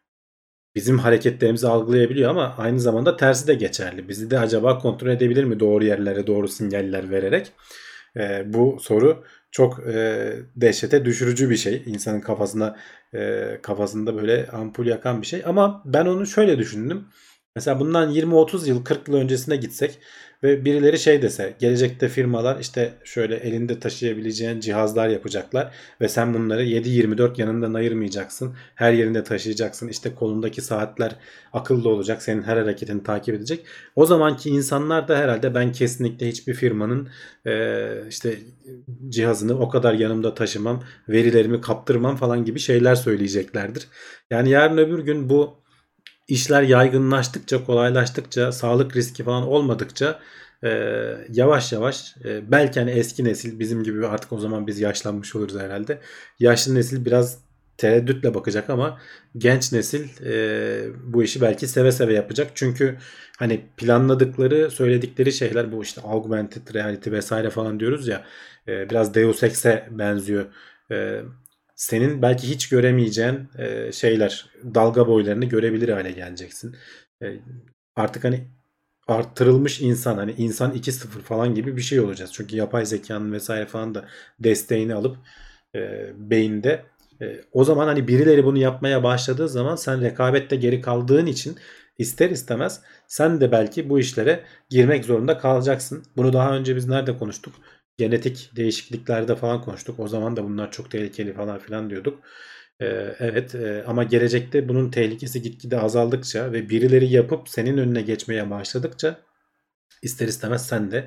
bizim hareketlerimizi algılayabiliyor ama aynı zamanda tersi de geçerli. Bizi de acaba kontrol edebilir mi doğru yerlere doğru sinyaller vererek? E, bu soru çok e, dehşete düşürücü bir şey. İnsanın kafasına e, kafasında böyle ampul yakan bir şey. Ama ben onu şöyle düşündüm. Mesela bundan yirmi otuz yıl, kırk yıl öncesine gitsek ve birileri şey dese, gelecekte firmalar işte şöyle elinde taşıyabileceğin cihazlar yapacaklar ve sen bunları yedi yirmi dört yanından ayırmayacaksın. Her yerinde taşıyacaksın. İşte kolundaki saatler akıllı olacak. Senin her hareketini takip edecek. O zamanki insanlar da herhalde ben kesinlikle hiçbir firmanın e, işte cihazını o kadar yanımda taşımam, verilerimi kaptırmam falan gibi şeyler söyleyeceklerdir. Yani yarın öbür gün bu işler yaygınlaştıkça, kolaylaştıkça, sağlık riski falan olmadıkça e, yavaş yavaş e, belki hani eski nesil bizim gibi, artık o zaman biz yaşlanmış oluruz herhalde. Yaşlı nesil biraz tereddütle bakacak ama genç nesil e, bu işi belki seve seve yapacak. Çünkü hani planladıkları, söyledikleri şeyler, bu işte augmented reality vesaire falan diyoruz ya, e, biraz Deus Ex'e benziyor. E, senin belki hiç göremeyeceğin e, şeyler, dalga boylarını görebilir hale geleceksin. E, artık hani arttırılmış insan, hani insan iki nokta sıfır falan gibi bir şey olacağız. Çünkü yapay zekanın vesaire falan da desteğini alıp e, beyinde, e, o zaman hani birileri bunu yapmaya başladığı zaman sen rekabette geri kaldığın için ister istemez sen de belki bu işlere girmek zorunda kalacaksın. Bunu daha önce biz nerede konuştuk? Genetik değişikliklerde falan konuştuk. O zaman da bunlar çok tehlikeli falan filan diyorduk. Ee, evet, e, ama gelecekte bunun tehlikesi gitgide azaldıkça ve birileri yapıp senin önüne geçmeye başladıkça ister istemez sen de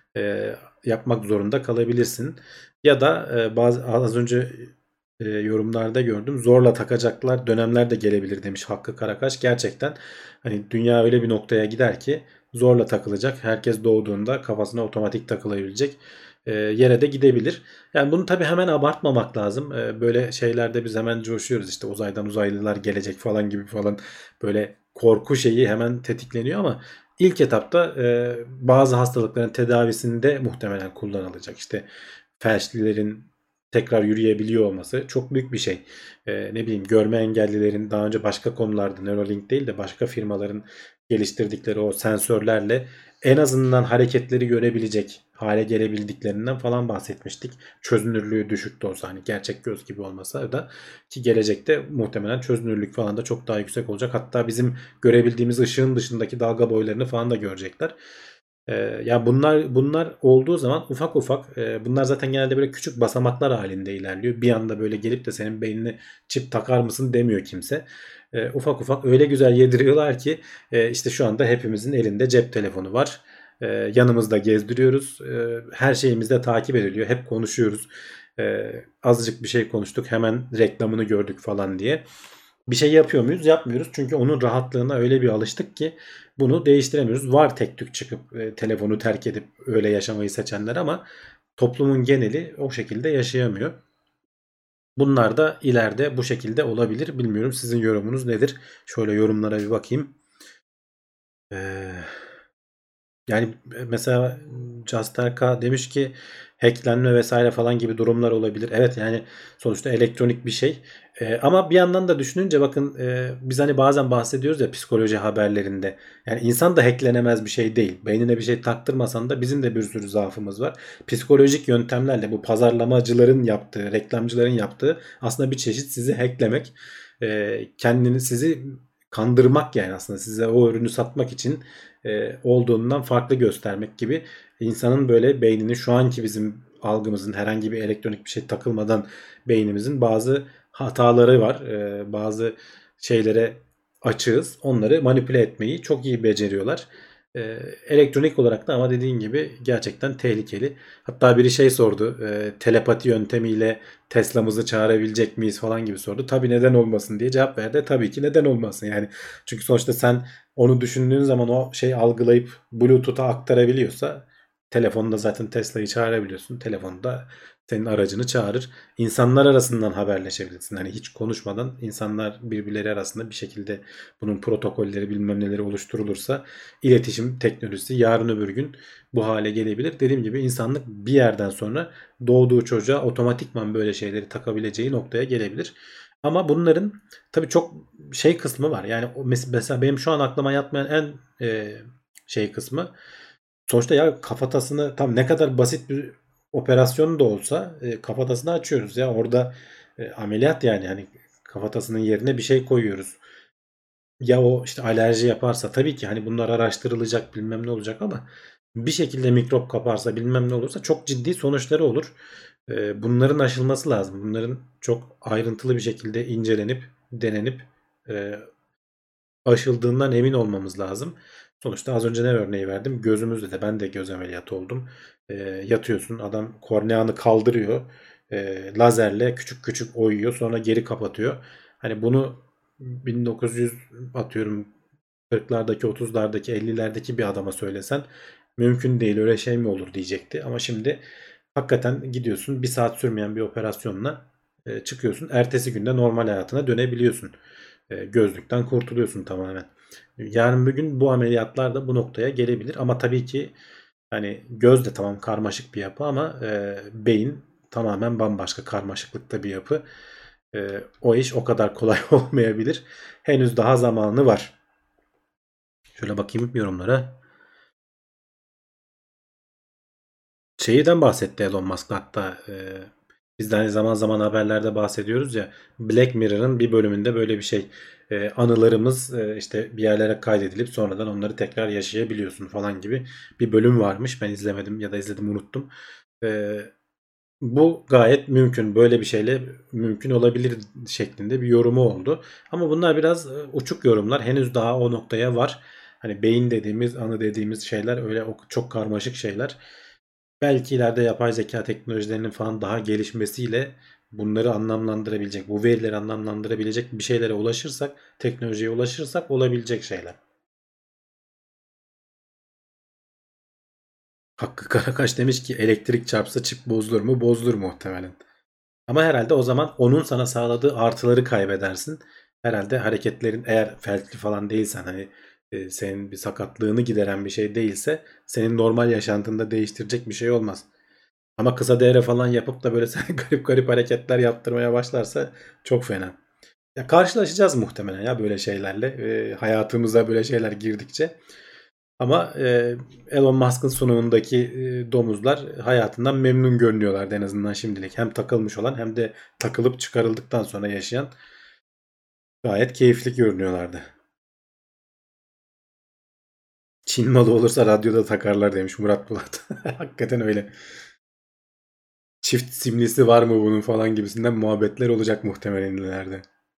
e, yapmak zorunda kalabilirsin. Ya da e, bazı az önce e, yorumlarda gördüm, zorla takacaklar dönemler de gelebilir demiş Hakkı Karakaş. Gerçekten hani dünya öyle bir noktaya gider ki zorla takılacak. Herkes doğduğunda kafasına otomatik takılabilecek e, yere de gidebilir. Yani bunu tabii hemen abartmamak lazım. E, böyle şeylerde biz hemen coşuyoruz, işte uzaydan uzaylılar gelecek falan gibi falan, böyle korku şeyi hemen tetikleniyor ama İlk etapta e, bazı hastalıkların tedavisinde muhtemelen kullanılacak. İşte felçlilerin tekrar yürüyebiliyor olması çok büyük bir şey. E, ne bileyim, görme engellilerin daha önce başka konularda, Neuralink değil de başka firmaların geliştirdikleri o sensörlerle en azından hareketleri görebilecek hale gelebildiklerinden falan bahsetmiştik. Çözünürlüğü düşük de olsa, hani gerçek göz gibi olmasa da, ki gelecekte muhtemelen çözünürlük falan da çok daha yüksek olacak. Hatta bizim görebildiğimiz ışığın dışındaki dalga boylarını falan da görecekler. Ee, ya bunlar bunlar olduğu zaman ufak ufak, e, bunlar zaten genelde böyle küçük basamaklar halinde ilerliyor. Bir anda böyle gelip de senin beynine çip takar mısın demiyor kimse. E, ufak ufak öyle güzel yediriyorlar ki e, işte şu anda hepimizin elinde cep telefonu var. E, yanımızda gezdiriyoruz. E, her şeyimiz de takip ediliyor. Hep konuşuyoruz. E, azıcık bir şey konuştuk, hemen reklamını gördük falan diye. Bir şey yapıyor muyuz? Yapmıyoruz. Çünkü onun rahatlığına öyle bir alıştık ki bunu değiştiremiyoruz. Var tek tük çıkıp e, telefonu terk edip öyle yaşamayı seçenler ama toplumun geneli o şekilde yaşayamıyor. Bunlar da ileride bu şekilde olabilir. Bilmiyorum, sizin yorumunuz nedir? Şöyle yorumlara bir bakayım. Ee, Yani mesela Casterka demiş ki hacklenme vesaire falan gibi durumlar olabilir. Evet, yani sonuçta elektronik bir şey. Ee, ama bir yandan da düşününce bakın, e, biz hani bazen bahsediyoruz ya psikoloji haberlerinde. Yani insan da hacklenemez bir şey değil. Beynine bir şey taktırmasan da bizim de bir sürü zaafımız var. Psikolojik yöntemlerle bu pazarlamacıların yaptığı, reklamcıların yaptığı aslında bir çeşit sizi hacklemek. E, kendini sizi kandırmak, yani aslında size o ürünü satmak için e, olduğundan farklı göstermek gibi, insanın böyle beyninin şu anki bizim algımızın herhangi bir elektronik bir şey takılmadan beynimizin bazı hataları var. E, bazı şeylere açığız. Onları manipüle etmeyi çok iyi beceriyorlar. E, elektronik olarak da ama dediğin gibi gerçekten tehlikeli. Hatta biri şey sordu. E, telepati yöntemiyle Tesla'mızı çağırabilecek miyiz falan gibi sordu. Tabii, neden olmasın diye cevap verdi. Tabii ki neden olmasın yani. Çünkü sonuçta sen onu düşündüğün zaman o şey algılayıp Bluetooth'a aktarabiliyorsa telefonda zaten Tesla'yı çağırabiliyorsun. Telefonda senin aracını çağırır. İnsanlar arasından haberleşebilirsin. Hani hiç konuşmadan insanlar birbirleri arasında bir şekilde bunun protokolleri bilmem neleri oluşturulursa iletişim teknolojisi yarın öbür gün bu hale gelebilir. Dediğim gibi insanlık bir yerden sonra doğduğu çocuğa otomatikman böyle şeyleri takabileceği noktaya gelebilir. Ama bunların tabii çok şey kısmı var. Yani mesela benim şu an aklıma yatmayan en e, şey kısmı, sonuçta ya kafatasını, tam ne kadar basit bir operasyon da olsa e, kafatasını açıyoruz ya orada, e, ameliyat yani, hani kafatasının yerine bir şey koyuyoruz. Ya o işte alerji yaparsa tabii ki hani bunlar araştırılacak, bilmem ne olacak, ama bir şekilde mikrop kaparsa, bilmem ne olursa çok ciddi sonuçları olur. E, bunların aşılması lazım. Bunların çok ayrıntılı bir şekilde incelenip denenip e, aşıldığından emin olmamız lazım. Sonuçta az önce ne örneği verdim? Gözümüzde de, ben de göz ameliyatı oldum. E, yatıyorsun, adam korneanı kaldırıyor. E, lazerle küçük küçük oyuyor, sonra geri kapatıyor. Hani bunu bin dokuz yüz atıyorum kırklardaki, otuzlardaki, ellilerdeki bir adama söylesen mümkün değil, öyle şey mi olur diyecekti. Ama şimdi hakikaten gidiyorsun, bir saat sürmeyen bir operasyonla e, çıkıyorsun. Ertesi günde normal hayatına dönebiliyorsun. E, gözlükten kurtuluyorsun tamamen. Yarın bir gün bu ameliyatlar da bu noktaya gelebilir. Ama tabii ki hani göz de tamam karmaşık bir yapı, ama e, beyin tamamen bambaşka karmaşıklıkta bir yapı. E, o iş o kadar kolay olmayabilir. Henüz daha zamanı var. Şöyle bakayım yorumlara. Şeyden bahsetti Elon Musk hatta, e, biz de hani zaman zaman haberlerde bahsediyoruz ya, Black Mirror'ın bir bölümünde böyle bir şey, e, anılarımız e, işte bir yerlere kaydedilip sonradan onları tekrar yaşayabiliyorsun falan gibi bir bölüm varmış. Ben izlemedim ya da izledim, unuttum. E, Bu gayet mümkün, böyle bir şeyle mümkün olabilir şeklinde bir yorumu oldu. Ama bunlar biraz e, uçuk yorumlar, henüz daha o noktaya var. Hani beyin dediğimiz, anı dediğimiz şeyler öyle çok karmaşık şeyler. Belki ileride yapay zeka teknolojilerinin falan daha gelişmesiyle bunları anlamlandırabilecek, bu verileri anlamlandırabilecek bir şeylere ulaşırsak, teknolojiye ulaşırsak olabilecek şeyler. Hakkı Karakaş demiş ki elektrik çarpsa çip bozulur mu? Bozulur muhtemelen. Ama herhalde o zaman onun sana sağladığı artıları kaybedersin. Herhalde hareketlerin, eğer felçli falan değilsen, hani e, senin bir sakatlığını gideren bir şey değilse, senin normal yaşantında değiştirecek bir şey olmaz. Ama kısa devre falan yapıp da böyle sen garip garip hareketler yaptırmaya başlarsa çok fena. Ya karşılaşacağız muhtemelen ya böyle şeylerle. E, hayatımıza böyle şeyler girdikçe. Ama e, Elon Musk'ın sunumundaki e, domuzlar hayatından memnun görünüyorlardı en azından şimdilik. Hem takılmış olan hem de takılıp çıkarıldıktan sonra yaşayan gayet keyifli görünüyorlardı. Çin malı olursa radyoda takarlar demiş Murat Bulat. Hakikaten öyle. Çift simlisi var mı bunun falan gibisinden muhabbetler olacak muhtemelen ileride.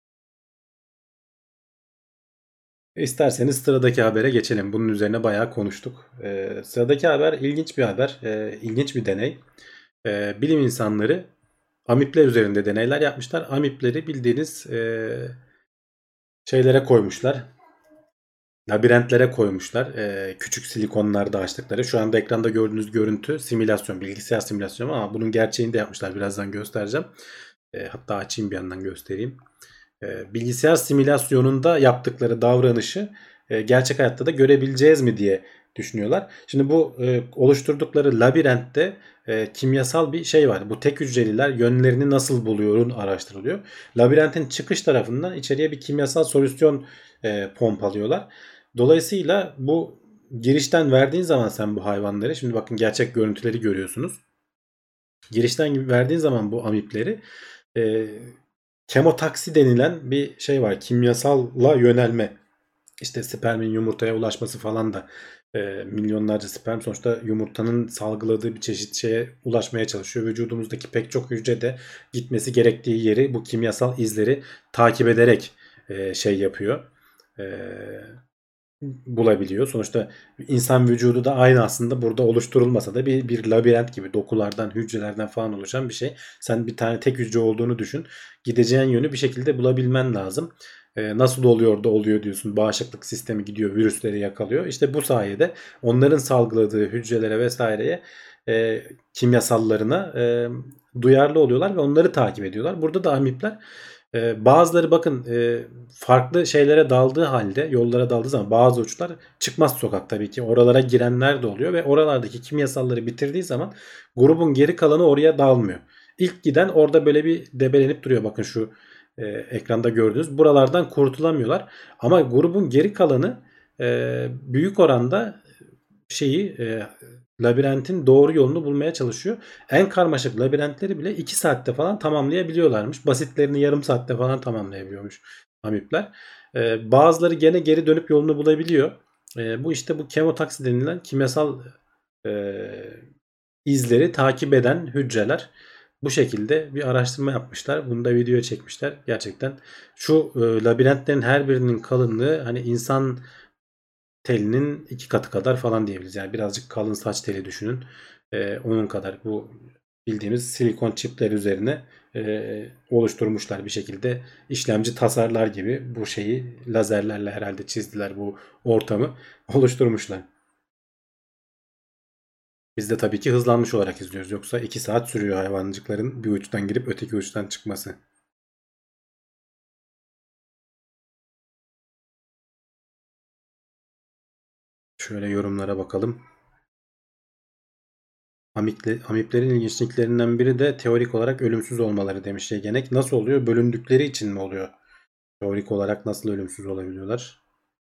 İsterseniz sıradaki habere geçelim. Bunun üzerine bayağı konuştuk. Ee, sıradaki haber ilginç bir haber. Ee, ilginç bir deney. Ee, bilim insanları amipler üzerinde deneyler yapmışlar. Amipleri bildiğiniz e, şeylere koymuşlar. Labirentlere koymuşlar. Ee, küçük silikonlarda açtıkları. Şu anda ekranda gördüğünüz görüntü simülasyon, bilgisayar simülasyonu ama bunun gerçeğini de yapmışlar. Birazdan göstereceğim. Ee, hatta açayım bir yandan göstereyim. Ee, bilgisayar simülasyonunda yaptıkları davranışı e, gerçek hayatta da görebileceğiz mi diye düşünüyorlar. Şimdi bu e, oluşturdukları labirentte e, kimyasal bir şey var. Bu tek hücreliler yönlerini nasıl buluyorun araştırılıyor. Labirentin çıkış tarafından içeriye bir kimyasal solüsyon e, pompalıyorlar. Dolayısıyla bu girişten verdiğin zaman sen bu hayvanları, şimdi bakın gerçek görüntüleri görüyorsunuz. Girişten verdiğin zaman bu amipleri e, kemotaksi denilen bir şey var. Kimyasalla yönelme. İşte spermin yumurtaya ulaşması falan da e, milyonlarca sperm sonuçta yumurtanın salgıladığı bir çeşit şeye ulaşmaya çalışıyor. Vücudumuzdaki pek çok hücre de gitmesi gerektiği yeri bu kimyasal izleri takip ederek e, şey yapıyor. E, bulabiliyor. Sonuçta insan vücudu da aynı aslında burada oluşturulmasa da bir, bir labirent gibi dokulardan, hücrelerden falan oluşan bir şey. Sen bir tane tek hücre olduğunu düşün. Gideceğin yönü bir şekilde bulabilmen lazım. Ee, nasıl oluyor da oluyor diyorsun. Bağışıklık sistemi gidiyor, virüsleri yakalıyor. İşte bu sayede onların salgıladığı hücrelere vesaireye e, kimyasallarına e, duyarlı oluyorlar ve onları takip ediyorlar. Burada da amipler ee, bazıları bakın e, farklı şeylere daldığı halde, yollara daldığı zaman bazı uçlar çıkmaz sokak tabii ki. Oralara girenler de oluyor ve oralardaki kimyasalları bitirdiği zaman grubun geri kalanı oraya dalmıyor. İlk giden orada böyle bir debelenip duruyor. Bakın şu e, ekranda gördüğünüz. Buralardan kurtulamıyorlar. Ama grubun geri kalanı e, büyük oranda şeyi e, labirentin doğru yolunu bulmaya çalışıyor. En karmaşık labirentleri bile iki saatte falan tamamlayabiliyorlarmış. Basitlerini yarım saatte falan tamamlayabiliyormuş amipler. E, bazıları gene geri dönüp yolunu bulabiliyor. E, bu işte bu kemotaksi denilen kimyasal e, izleri takip eden hücreler. Bu şekilde bir araştırma yapmışlar. Bunu da videoya çekmişler. Gerçekten şu e, labirentlerin her birinin kalınlığı hani insan telinin iki katı kadar falan diyebiliriz. Yani birazcık kalın saç teli düşünün. Ee, onun kadar bu bildiğimiz silikon çipler üzerine e, oluşturmuşlar bir şekilde işlemci tasarlar gibi bu şeyi lazerlerle herhalde çizdiler bu ortamı oluşturmuşlar. Biz de tabii ki hızlanmış olarak izliyoruz. Yoksa iki saat sürüyor hayvancıkların bir uçtan girip öteki uçtan çıkması. Şöyle yorumlara bakalım. Amikle, amiplerin ilginçliklerinden biri de teorik olarak ölümsüz olmaları demiş Yegenek. Nasıl oluyor? Bölündükleri için mi oluyor? Teorik olarak nasıl ölümsüz olabiliyorlar?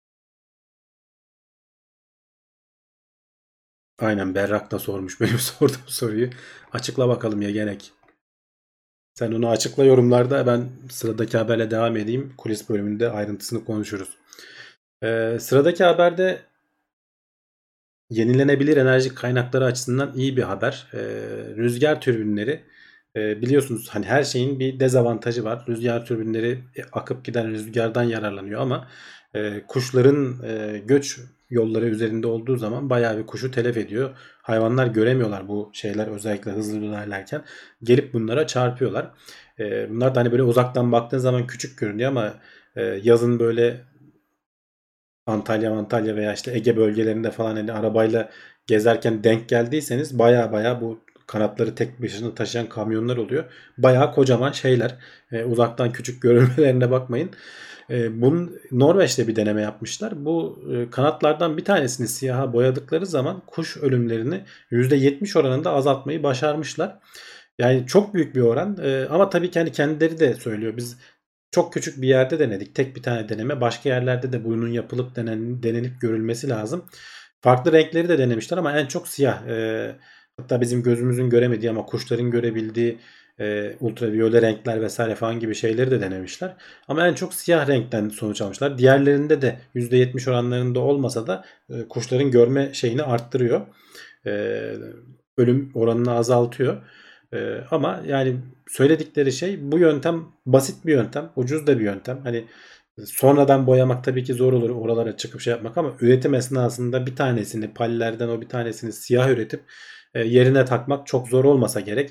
Aynen Berrak da sormuş benim sorduğum soruyu. Açıkla bakalım Yegenek. Sen onu açıkla yorumlarda. Ben sıradaki haberle devam edeyim. Kulis bölümünde ayrıntısını konuşuruz. Ee, sıradaki haberde yenilenebilir enerji kaynakları açısından iyi bir haber. Ee, rüzgar türbinleri e, biliyorsunuz hani her şeyin bir dezavantajı var. Rüzgar türbinleri e, akıp giden rüzgardan yararlanıyor ama e, kuşların e, göç yolları üzerinde olduğu zaman bayağı bir kuşu telef ediyor. Hayvanlar göremiyorlar bu şeyler özellikle hızlı ilerlerken. Gelip bunlara çarpıyorlar. E, bunlar da hani böyle uzaktan baktığın zaman küçük görünüyor ama e, yazın böyle Antalya, Antalya veya işte Ege bölgelerinde falan hani arabayla gezerken denk geldiyseniz baya baya bu kanatları tek başına taşıyan kamyonlar oluyor. Baya kocaman şeyler. E, uzaktan küçük görünmelerine bakmayın. E, bunun Norveç'te bir deneme yapmışlar. Bu e, kanatlardan bir tanesini siyaha boyadıkları zaman kuş ölümlerini yüzde yetmiş oranında azaltmayı başarmışlar. Yani çok büyük bir oran. E, ama tabii ki hani kendileri de söylüyor. Biz çok küçük bir yerde denedik. Tek bir tane deneme. Başka yerlerde de bunun yapılıp denen, denenip görülmesi lazım. Farklı renkleri de denemişler ama en çok siyah. E, hatta bizim gözümüzün göremediği ama kuşların görebildiği e, ultraviyole renkler vesaire falan gibi şeyleri de denemişler. Ama en çok siyah renkten sonuç almışlar. Diğerlerinde de yüzde yetmiş oranlarında olmasa da e, kuşların görme şeyini arttırıyor. E, ölüm oranını azaltıyor. Ee, ama yani söyledikleri şey bu yöntem basit bir yöntem. Ucuz da bir yöntem. Hani sonradan boyamak tabii ki zor olur oralara çıkıp şey yapmak ama üretim esnasında bir tanesini pallerden o bir tanesini siyah üretip e, yerine takmak çok zor olmasa gerek.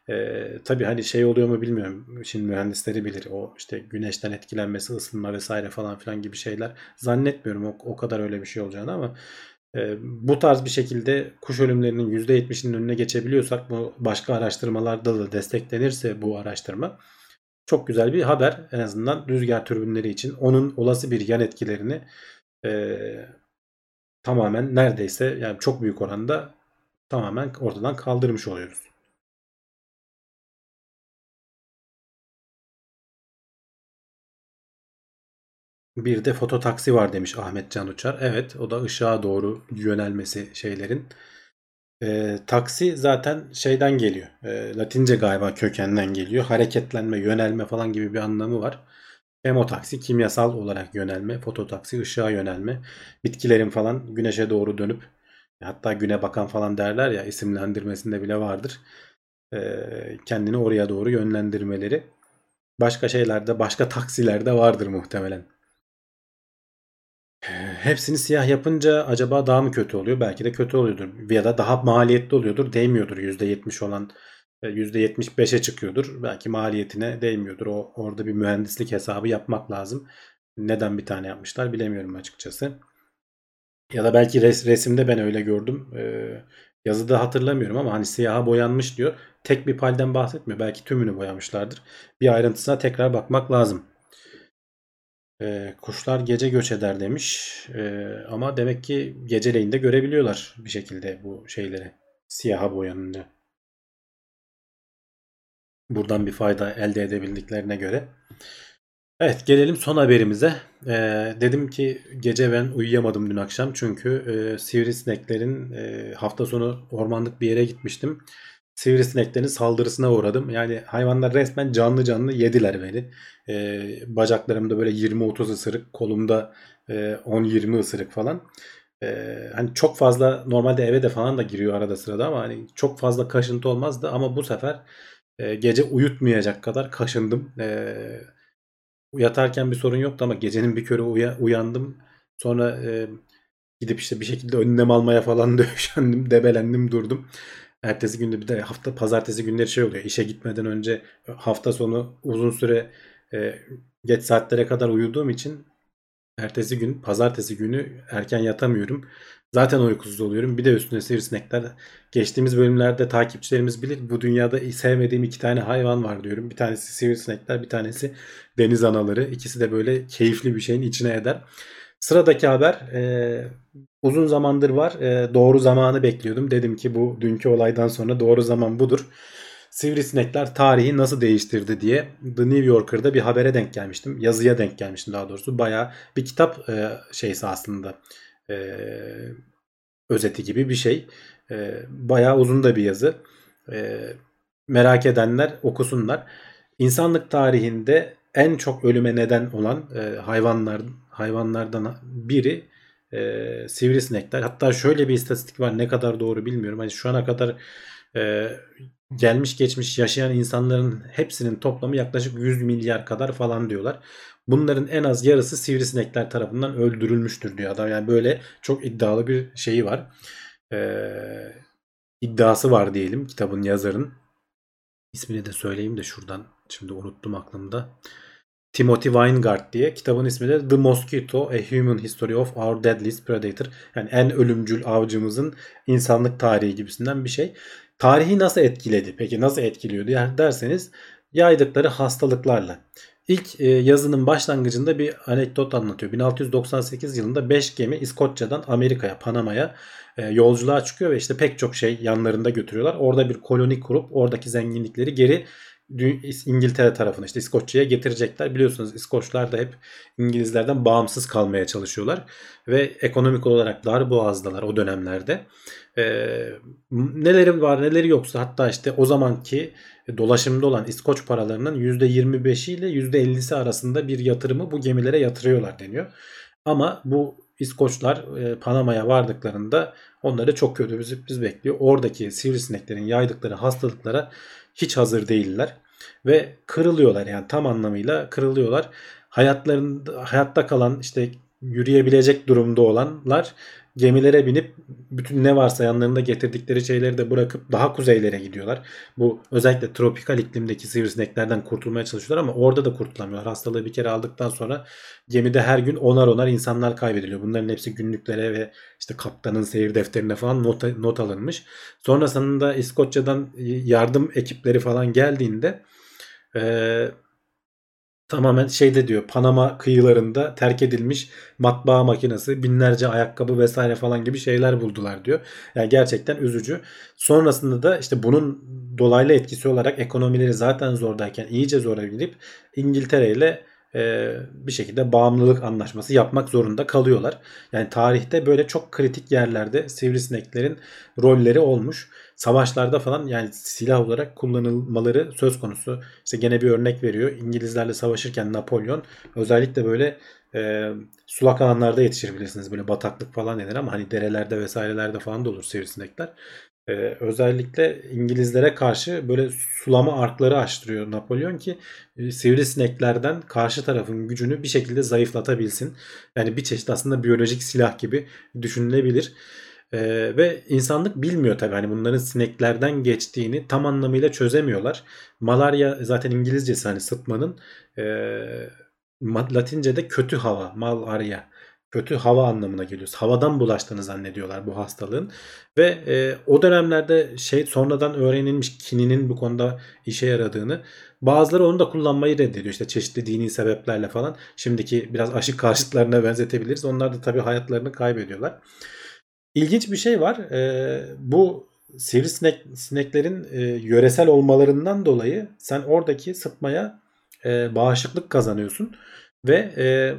Ee, tabii hani şey oluyor mu bilmiyorum. Şimdi mühendisleri bilir. O işte güneşten etkilenmesi, ısınma vesaire falan filan gibi şeyler. Zannetmiyorum o, o kadar öyle bir şey olacağını ama e, bu tarz bir şekilde kuş ölümlerinin yüzde yetmişinin önüne geçebiliyorsak, bu başka araştırmalarda da desteklenirse bu araştırma, çok güzel bir haber. En azından rüzgar türbinleri için onun olası bir yan etkilerini e, tamamen, neredeyse yani çok büyük oranda tamamen ortadan kaldırmış oluyoruz. Bir de fototaksi var demiş Ahmet Can Uçar. Evet, o da ışığa doğru yönelmesi şeylerin. E, taksi zaten şeyden geliyor. E, Latince galiba kökenden geliyor. Hareketlenme, yönelme falan gibi bir anlamı var. Hemotaksi kimyasal olarak yönelme, fototaksi ışığa yönelme. Bitkilerin falan güneşe doğru dönüp, hatta güne bakan falan derler ya, isimlendirmesinde bile vardır. E, kendini oraya doğru yönlendirmeleri. Başka şeylerde, başka taksilerde vardır muhtemelen. Hepsini siyah yapınca acaba daha mı kötü oluyor? Belki de kötü oluyordur. Ya da daha maliyetli oluyordur. Değmiyordur. yüzde yetmiş olan e, yüzde yetmiş beşe çıkıyordur. Belki maliyetine değmiyordur. O, orada bir mühendislik hesabı yapmak lazım. Neden bir tane yapmışlar bilemiyorum açıkçası. Ya da belki res, resimde ben öyle gördüm. Ee, yazıda hatırlamıyorum ama hani siyaha boyanmış diyor. Tek bir palden bahsetmiyor. Belki tümünü boyamışlardır. Bir ayrıntısına tekrar bakmak lazım. Ee, kuşlar gece göç eder demiş. Ee, ama demek ki geceleyin de görebiliyorlar bir şekilde bu şeyleri. Siyaha boyanınca. Buradan bir fayda elde edebildiklerine göre. Evet, gelelim son haberimize. Ee, dedim ki gece ben uyuyamadım dün akşam. Çünkü e, sivrisineklerin e, hafta sonu ormanlık bir yere gitmiştim. Sivrisineklerin saldırısına uğradım. Yani hayvanlar resmen canlı canlı yediler beni. Ee, bacaklarımda böyle yirmi otuz ısırık, kolumda e, on yirmi ısırık falan. Ee, hani çok fazla, normalde eve de falan da giriyor arada sırada ama hani çok fazla kaşıntı olmazdı ama bu sefer e, gece uyutmayacak kadar kaşındım. Ee, yatarken bir sorun yoktu ama gecenin bir körü uya- uyandım. Sonra e, gidip işte bir şekilde önlem almaya falan dövüşendim, debelendim, durdum. Ertesi günde bir de hafta pazartesi günleri şey oluyor. İşe gitmeden önce hafta sonu uzun süre e, geç saatlere kadar uyuduğum için ertesi gün, pazartesi günü erken yatamıyorum. Zaten uykusuz oluyorum. Bir de üstüne sivrisinekler. Geçtiğimiz bölümlerde takipçilerimiz bilir. Bu dünyada sevmediğim iki tane hayvan var diyorum. Bir tanesi sivrisinekler, bir tanesi deniz anaları. İkisi de böyle keyifli bir şeyin içine eder. Sıradaki haber e, uzun zamandır var. E, doğru zamanı bekliyordum. Dedim ki bu dünkü olaydan sonra doğru zaman budur. Sivrisinekler tarihi nasıl değiştirdi diye The New Yorker'da bir habere denk gelmiştim. Yazıya denk gelmiştim daha doğrusu. Bayağı bir kitap e, şeysi aslında. E, özeti gibi bir şey. E, bayağı uzun da bir yazı. E, merak edenler okusunlar. İnsanlık tarihinde en çok ölüme neden olan e, hayvanlar hayvanlardan biri e, sivrisinekler. Hatta şöyle bir istatistik var, ne kadar doğru bilmiyorum. Hani şu ana kadar e, gelmiş geçmiş yaşayan insanların hepsinin toplamı yaklaşık yüz milyar kadar falan diyorlar. Bunların en az yarısı sivrisinekler tarafından öldürülmüştür diyor adam. Yani böyle çok iddialı bir şeyi var. Ee, iddiası var diyelim kitabın yazarın. İsmini de söyleyeyim de şuradan, şimdi unuttum aklımda. Timothy Weingart diye. Kitabın ismi de The Mosquito: A Human History of Our Deadliest Predator. Yani en ölümcül avcımızın insanlık tarihi gibisinden bir şey. Tarihi nasıl etkiledi? Peki nasıl etkiliyordu yani derseniz, yaydıkları hastalıklarla. İlk e, yazının başlangıcında bir anekdot anlatıyor. bin altı yüz doksan sekiz yılında beş gemi İskoçya'dan Amerika'ya, Panama'ya e, yolculuğa çıkıyor ve işte pek çok şey yanlarında götürüyorlar. Orada bir koloni kurup oradaki zenginlikleri geri İngiltere tarafına, işte İskoçya'ya getirecekler. Biliyorsunuz İskoçlar da hep İngilizlerden bağımsız kalmaya çalışıyorlar. Ve ekonomik olarak dar boğazdalar o dönemlerde. Ee, neleri var neleri yoksa, hatta işte o zamanki dolaşımda olan İskoç paralarının yüzde yirmi beşi ile yüzde ellisi arasında bir yatırımı bu gemilere yatırıyorlar deniyor. Ama bu İskoçlar e, Panama'ya vardıklarında onları çok kötü bir sürpriz bekliyor. Oradaki sivrisineklerin yaydıkları hastalıklara hiç hazır değiller ve kırılıyorlar, yani tam anlamıyla kırılıyorlar. Hayatlarında hayatta kalan, işte yürüyebilecek durumda olanlar gemilere binip bütün ne varsa yanlarında getirdikleri şeyleri de bırakıp daha kuzeylere gidiyorlar. Bu özellikle tropikal iklimdeki sivrisineklerden kurtulmaya çalışıyorlar ama orada da kurtulamıyorlar. Hastalığı bir kere aldıktan sonra gemide her gün onar onar insanlar kaybediliyor. Bunların hepsi günlüklere ve işte kaptanın seyir defterine falan not, not alınmış. Sonrasında İskoçya'dan yardım ekipleri falan geldiğinde eee tamamen şeyde diyor, Panama kıyılarında terk edilmiş matbaa makinesi, binlerce ayakkabı vesaire falan gibi şeyler buldular diyor. Yani gerçekten üzücü. Sonrasında da işte bunun dolaylı etkisi olarak ekonomileri zaten zordayken iyice zora girip İngiltere ile e, bir şekilde bağımlılık anlaşması yapmak zorunda kalıyorlar. Yani tarihte böyle çok kritik yerlerde sivrisineklerin rolleri olmuş. Savaşlarda falan yani silah olarak kullanılmaları söz konusu. İşte gene bir örnek veriyor. İngilizlerle savaşırken Napolyon özellikle böyle e, sulak alanlarda yetişir bilirsiniz. Böyle bataklık falan denir ama hani derelerde vesairelerde falan da olur sivrisinekler. E, özellikle İngilizlere karşı böyle sulama arkları açtırıyor Napolyon ki e, sivrisineklerden karşı tarafın gücünü bir şekilde zayıflatabilsin. Yani bir çeşit aslında biyolojik silah gibi düşünülebilir. Ee, ve insanlık bilmiyor tabii hani bunların sineklerden geçtiğini tam anlamıyla çözemiyorlar. Malarya zaten İngilizcesi hani sıtmanın e, Latince'de kötü hava, malaria, kötü hava anlamına geliyor. Havadan bulaştığını zannediyorlar bu hastalığın. Ve e, o dönemlerde şey sonradan öğrenilmiş kininin bu konuda işe yaradığını, bazıları onu da kullanmayı reddediyor işte çeşitli dini sebeplerle falan. Şimdiki biraz aşı karşıtlarına benzetebiliriz. Onlar da tabii hayatlarını kaybediyorlar. İlginç bir şey var. Ee, bu sivrisinek sineklerin e, yöresel olmalarından dolayı sen oradaki sıtmaya e, bağışıklık kazanıyorsun ve e,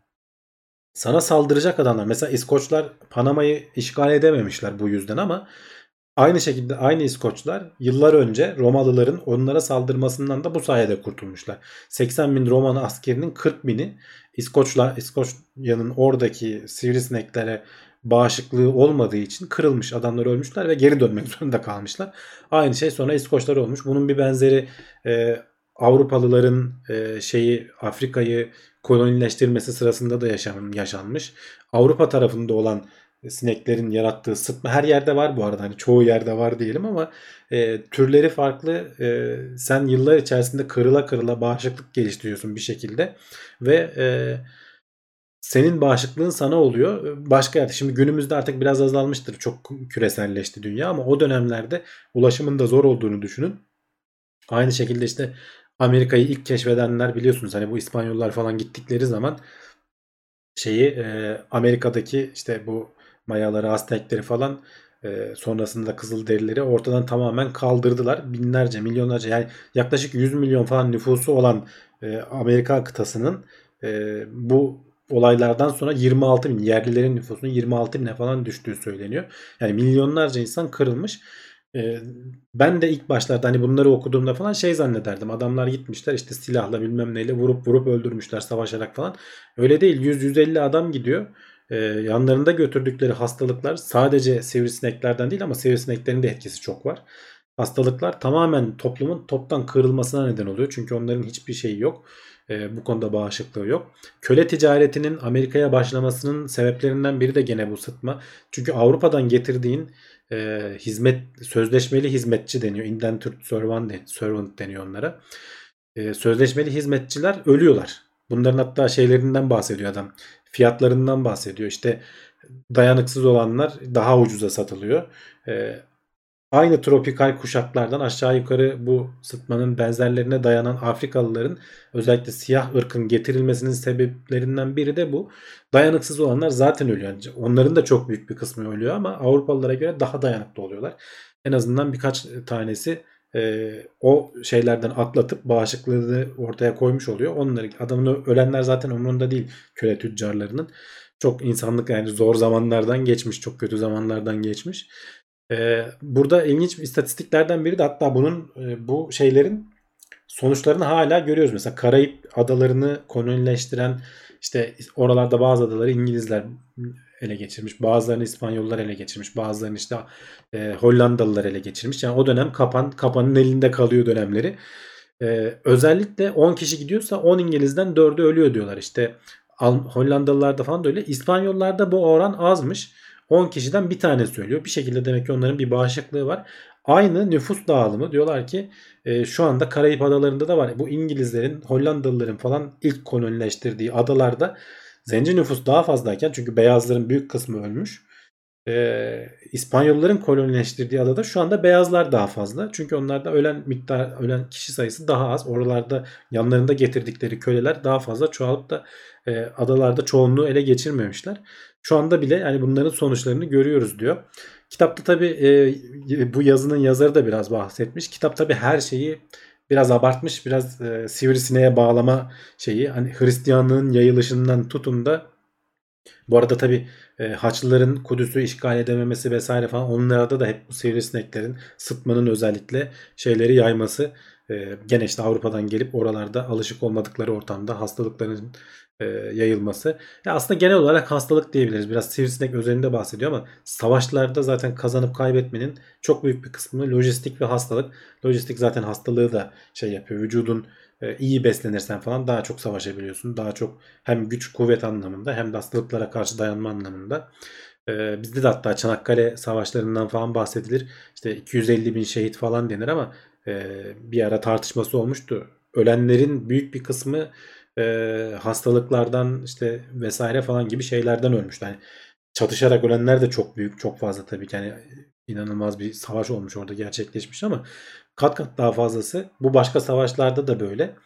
sana saldıracak adamlar. Mesela İskoçlar Panama'yı işgal edememişler bu yüzden ama aynı şekilde aynı İskoçlar yıllar önce Romalıların onlara saldırmasından da bu sayede kurtulmuşlar. seksen bin Roman askerinin kırk bini İskoçla İskoçya'nın oradaki sivrisineklere bağışıklığı olmadığı için kırılmış. Adamlar ölmüşler ve geri dönmek zorunda kalmışlar. Aynı şey sonra İskoçlar olmuş. Bunun bir benzeri e, Avrupalıların e, şeyi Afrika'yı kolonileştirmesi sırasında da yaşan, yaşanmış. Avrupa tarafında olan sineklerin yarattığı sıtma her yerde var bu arada. Hani çoğu yerde var diyelim ama e, türleri farklı. E, sen yıllar içerisinde kırıla kırıla bağışıklık geliştiriyorsun bir şekilde ve e, senin bağışıklığın sana oluyor. Başka yerde. Şimdi günümüzde artık biraz azalmıştır. Çok küreselleşti dünya ama o dönemlerde ulaşımın da zor olduğunu düşünün. Aynı şekilde işte Amerika'yı ilk keşfedenler biliyorsunuz hani bu İspanyollar falan gittikleri zaman şeyi e, Amerika'daki işte bu Mayaları, Aztekleri falan e, sonrasında Kızılderilileri ortadan tamamen kaldırdılar. Binlerce, milyonlarca yani yaklaşık yüz milyon falan nüfusu olan e, Amerika kıtasının e, bu olaylardan sonra yirmi altı bin yerlilerin nüfusunun yirmi altı bine falan düştüğü söyleniyor. Yani milyonlarca insan kırılmış. E, ben de ilk başlarda hani bunları okuduğumda falan şey zannederdim. Adamlar gitmişler işte silahla bilmem neyle vurup vurup öldürmüşler savaşarak falan. Öyle değil. yüz yüz elli adam gidiyor. Ee, yanlarında götürdükleri hastalıklar sadece sivrisineklerden değil ama sivrisineklerin de etkisi çok var. Hastalıklar tamamen toplumun toptan kırılmasına neden oluyor. Çünkü onların hiçbir şeyi yok. Ee, bu konuda bağışıklığı yok. Köle ticaretinin Amerika'ya başlamasının sebeplerinden biri de gene bu sıtma. Çünkü Avrupa'dan getirdiğin e, hizmet sözleşmeli hizmetçi deniyor. Indentured servant, servant deniyor onlara. E, sözleşmeli hizmetçiler ölüyorlar. Bunların hatta şeylerinden bahsediyor adam. Fiyatlarından bahsediyor. İşte dayanıksız olanlar daha ucuza satılıyor. E, aynı tropikal kuşaklardan aşağı yukarı bu sıtmanın benzerlerine dayanan Afrikalıların özellikle siyah ırkın getirilmesinin sebeplerinden biri de bu. Dayanıksız olanlar zaten ölüyor. Yani onların da çok büyük bir kısmı ölüyor ama Avrupalılara göre daha dayanıklı oluyorlar. En azından birkaç tanesi e, o şeylerden atlatıp bağışıklığını ortaya koymuş oluyor. Onları adamın ölenler zaten umurunda değil köle tüccarlarının. Çok insanlık yani zor zamanlardan geçmiş, çok kötü zamanlardan geçmiş. Ee, burada ilginç istatistiklerden biri de hatta bunun e, bu şeylerin sonuçlarını hala görüyoruz. Mesela Karayip adalarını kolonileştiren işte oralarda bazı adaları İngilizler ele geçirmiş. Bazılarını İspanyollar ele geçirmiş. Bazılarını işte e, Hollandalılar ele geçirmiş. Yani o dönem kapan kapanın elinde kalıyor dönemleri. E, özellikle on kişi gidiyorsa on İngiliz'den dördü ölüyor diyorlar. İşte Hollandalılarda falan da öyle. İspanyollarda bu oran azmış. on kişiden bir tane söylüyor. Bir şekilde demek ki onların bir bağışıklığı var. Aynı nüfus dağılımı diyorlar ki e, şu anda Karayip Adaları'nda da var. Bu İngilizlerin, Hollandalıların falan ilk kolonileştirdiği adalarda zenci nüfus daha fazlayken, çünkü beyazların büyük kısmı ölmüş. Ee, İspanyolların kolonileştirdiği adada şu anda beyazlar daha fazla. Çünkü onlarda ölen miktar, ölen kişi sayısı daha az. Oralarda yanlarında getirdikleri köleler daha fazla çoğalıp da e, adalarda çoğunluğu ele geçirmemişler. Şu anda bile yani bunların sonuçlarını görüyoruz diyor. Kitapta tabi e, bu yazının yazarı da biraz bahsetmiş. Kitap tabi her şeyi biraz abartmış. Biraz e, sivrisineğe bağlama şeyi. Hani Hristiyanlığın yayılışından tutun da, bu arada tabi e, Haçlıların Kudüs'ü işgal edememesi vesaire falan, onlarda da hep bu sivrisineklerin, sıtmanın özellikle şeyleri yayması, e, gene işte Avrupa'dan gelip oralarda alışık olmadıkları ortamda hastalıkların e, yayılması. Ya aslında genel olarak hastalık diyebiliriz. Biraz sivrisinek özelinde bahsediyor ama savaşlarda zaten kazanıp kaybetmenin çok büyük bir kısmını lojistik ve hastalık. Lojistik zaten hastalığı da şey yapıyor. Vücudun e, iyi beslenirsen falan daha çok savaşabiliyorsun. Daha çok hem güç kuvvet anlamında hem de hastalıklara karşı dayanma anlamında. E, bizde de hatta Çanakkale savaşlarından falan bahsedilir. İşte iki yüz elli bin şehit falan denir ama e, bir ara tartışması olmuştu. Ölenlerin büyük bir kısmı e, hastalıklardan işte vesaire falan gibi şeylerden ölmüş. Yani çatışarak ölenler de çok büyük, çok fazla tabii ki. Yani inanılmaz bir savaş olmuş orada, gerçekleşmiş ama kat kat daha fazlası. Bu başka savaşlarda da böyle.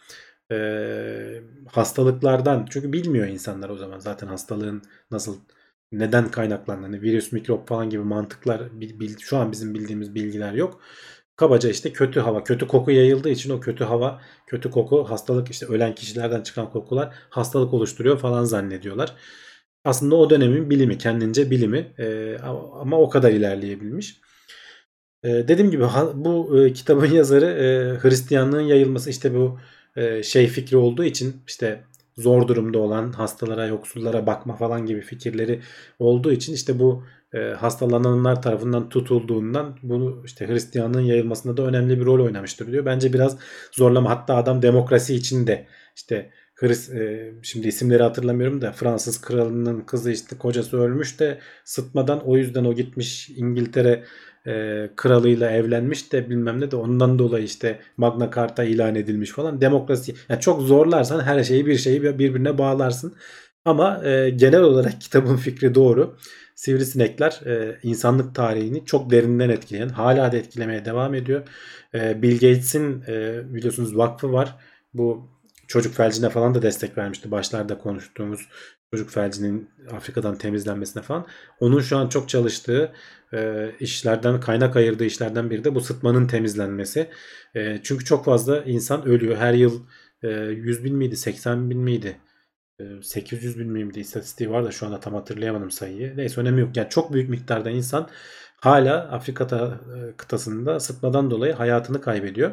Ee, hastalıklardan, çünkü bilmiyor insanlar o zaman zaten hastalığın nasıl, neden kaynaklandığını, virüs, mikrop falan gibi mantıklar bil, bil- şu an bizim bildiğimiz bilgiler yok. Kabaca işte kötü hava, kötü koku yayıldığı için o kötü hava, kötü koku hastalık, işte ölen kişilerden çıkan kokular hastalık oluşturuyor falan zannediyorlar. Aslında o dönemin bilimi, kendince bilimi, e, ama o kadar ilerleyebilmiş. E, dediğim gibi bu e, kitabın yazarı e, Hristiyanlığın yayılması, işte bu e, şey fikri olduğu için, işte zor durumda olan hastalara, yoksullara bakma falan gibi fikirleri olduğu için, işte bu e, hastalananlar tarafından tutulduğundan bunu işte Hristiyanlığın yayılmasında da önemli bir rol oynamıştır diyor. Bence biraz zorlama. Hatta adam demokrasi için de işte Hris, e, şimdi isimleri hatırlamıyorum da, Fransız kralının kızı işte kocası ölmüş de sıtmadan, o yüzden o gitmiş İngiltere e, kralıyla evlenmiş de bilmem ne de, ondan dolayı işte Magna Carta ilan edilmiş falan. Demokrasi. Yani çok zorlarsan her şeyi, bir şeyi birbirine bağlarsın. Ama e, genel olarak kitabın fikri doğru. Sivrisinekler e, insanlık tarihini çok derinden etkileyen, hala da etkilemeye devam ediyor. E, Bill Gates'in e, biliyorsunuz vakfı var. Bu çocuk felcine falan da destek vermişti. Başlarda konuştuğumuz çocuk felcinin Afrika'dan temizlenmesine falan. Onun şu an çok çalıştığı e, işlerden, kaynak ayırdığı işlerden biri de bu sıtmanın temizlenmesi. E, çünkü çok fazla insan ölüyor. Her yıl e, yüz bin miydi, seksen bin miydi? E, sekiz yüz bin miydi? İstatistiği var da şu anda tam hatırlayamadım sayıyı. Neyse, önemi yok. Yani çok büyük miktarda insan hala Afrika e, kıtasında sıtmadan dolayı hayatını kaybediyor.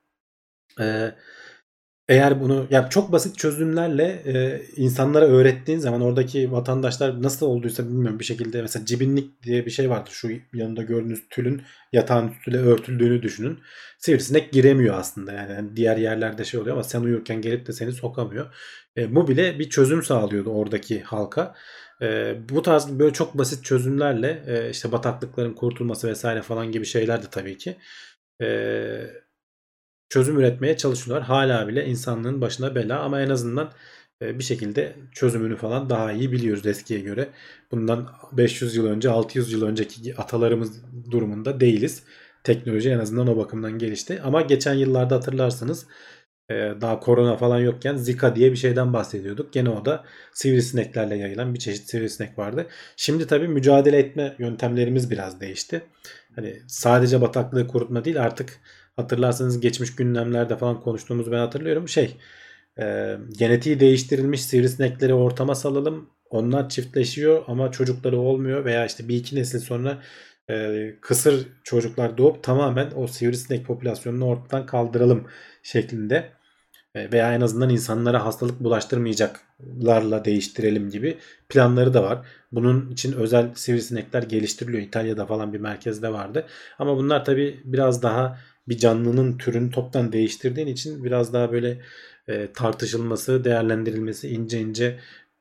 E, Eğer bunu ya çok basit çözümlerle e, insanlara öğrettiğin zaman, oradaki vatandaşlar nasıl olduysa bilmiyorum bir şekilde, mesela cibinlik diye bir şey vardır. Şu yanında gördüğünüz tülün yatağın üstüne örtüldüğünü düşünün. Sivrisinek giremiyor aslında, yani. Yani diğer yerlerde şey oluyor ama sen uyurken gelip de seni sokamıyor. E, bu bile bir çözüm sağlıyordu oradaki halka. E, bu tarz böyle çok basit çözümlerle e, işte bataklıkların kurtulması vesaire falan gibi şeyler de tabii ki E, çözüm üretmeye çalışıyorlar. Hala bile insanlığın başına bela, ama en azından e, bir şekilde çözümünü falan daha iyi biliyoruz eskiye göre. Bundan beş yüz yıl önce, altı yüz yıl önceki atalarımız durumunda değiliz. Teknoloji en azından o bakımdan gelişti. Ama geçen yıllarda hatırlarsanız e, daha korona falan yokken Zika diye bir şeyden bahsediyorduk. Gene o da sivrisineklerle yayılan bir çeşit sivrisinek vardı. Şimdi tabii mücadele etme yöntemlerimiz biraz değişti. Hani sadece bataklığı kurutma değil, artık hatırlarsanız geçmiş gündemlerde falan konuştuğumuzu ben hatırlıyorum. Şey, e, genetiği değiştirilmiş sivrisinekleri ortama salalım. Onlar çiftleşiyor ama çocukları olmuyor, veya işte bir iki nesil sonra e, kısır çocuklar doğup tamamen o sivrisinek popülasyonunu ortadan kaldıralım şeklinde. E, veya en azından insanlara hastalık bulaştırmayacaklarla değiştirelim gibi planları da var. Bunun için özel sivrisinekler geliştiriliyor. İtalya'da falan bir merkezde vardı. Ama bunlar tabi biraz daha bir canlının türünü toptan değiştirdiğin için biraz daha böyle e, tartışılması, değerlendirilmesi, ince ince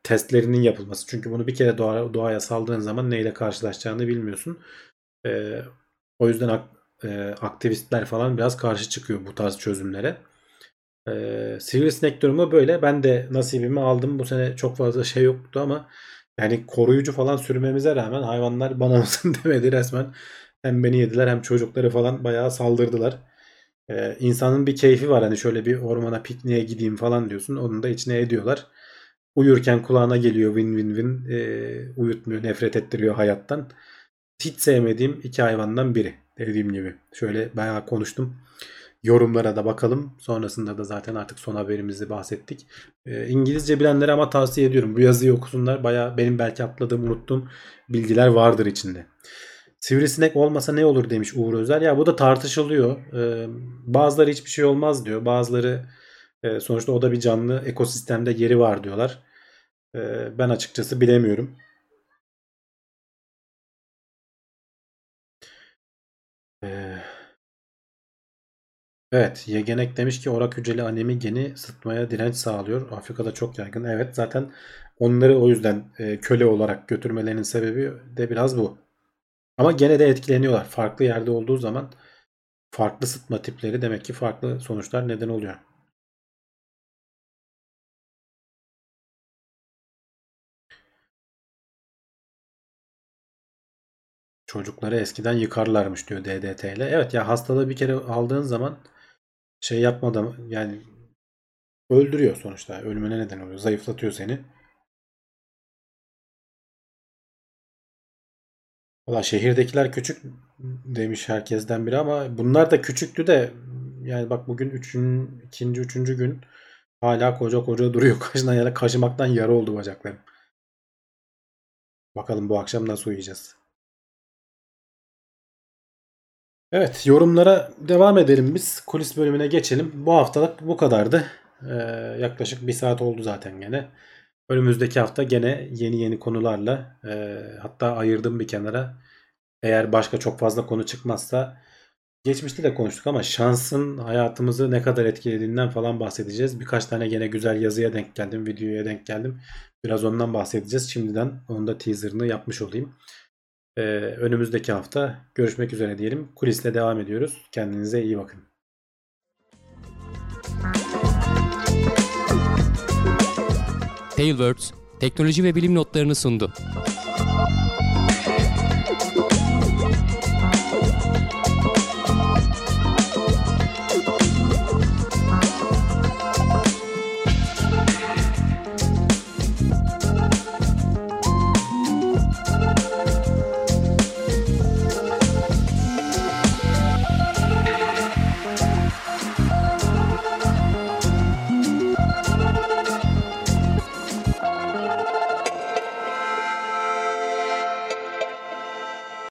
testlerinin yapılması. Çünkü bunu bir kere doğa, doğaya saldığın zaman neyle karşılaşacağını bilmiyorsun. E, o yüzden ak, e, aktivistler falan biraz karşı çıkıyor bu tarz çözümlere. E, sivrisinek durumu böyle. Ben de nasibimi aldım. Bu sene çok fazla şey yoktu ama yani koruyucu falan sürmemize rağmen hayvanlar bana mısın demedi resmen. Hem beni yediler hem çocukları falan bayağı saldırdılar. Ee, insanın bir keyfi var, hani şöyle bir ormana pikniğe gideyim falan diyorsun. Onun da içine ediyorlar. Uyurken kulağına geliyor win win win. Ee, uyutmuyor, nefret ettiriyor hayattan. Hiç sevmediğim iki hayvandan biri. Dediğim gibi. Şöyle bayağı konuştum. Yorumlara da bakalım. Sonrasında da zaten artık son haberimizi bahsettik. Ee, İngilizce bilenlere ama tavsiye ediyorum. Bu yazıyı okusunlar. Bayağı benim belki atladığım, unuttuğum bilgiler vardır içinde. Sivrisinek olmasa ne olur demiş Uğur Özer. Ya bu da tartışılıyor. Ee, bazıları hiçbir şey olmaz diyor. Bazıları e, sonuçta o da bir canlı, ekosistemde yeri var diyorlar. Ee, ben açıkçası bilemiyorum. Ee, evet, Yegenek demiş ki orak hücreli anemi geni sıtmaya direnç sağlıyor. Afrika'da çok yaygın. Evet, zaten onları o yüzden e, köle olarak götürmelerinin sebebi de biraz bu. Ama gene de etkileniyorlar. Farklı yerde olduğu zaman farklı sıtma tipleri demek ki farklı sonuçlar neden oluyor. Çocukları eskiden yıkarlarmış diyor D D T ile. Evet ya, hastalığı bir kere aldığın zaman şey yapmadan yani öldürüyor sonuçta. Ölümüne neden oluyor. Zayıflatıyor seni. Valla şehirdekiler küçük demiş herkesten biri ama bunlar da küçüktü de yani bak bugün üçün, ikinci, üçüncü gün hala koca koca duruyor. Kaşından yana kaşımaktan yara oldu bacaklarım. Bakalım bu akşam nasıl uyuyacağız. Evet, yorumlara devam edelim biz. Kulis bölümüne geçelim. Bu haftalık bu kadardı. Ee, yaklaşık bir saat oldu zaten gene. Önümüzdeki hafta gene yeni yeni konularla, e, hatta ayırdım bir kenara. Eğer başka çok fazla konu çıkmazsa, geçmişte de konuştuk ama şansın hayatımızı ne kadar etkilediğinden falan bahsedeceğiz. Birkaç tane gene güzel yazıya denk geldim, videoya denk geldim. Biraz ondan bahsedeceğiz. Şimdiden onun da teaserını yapmış olayım. Ee, önümüzdeki hafta görüşmek üzere diyelim. Kulisle devam ediyoruz. Kendinize iyi bakın. Tailwords, teknoloji ve bilim notlarını sundu.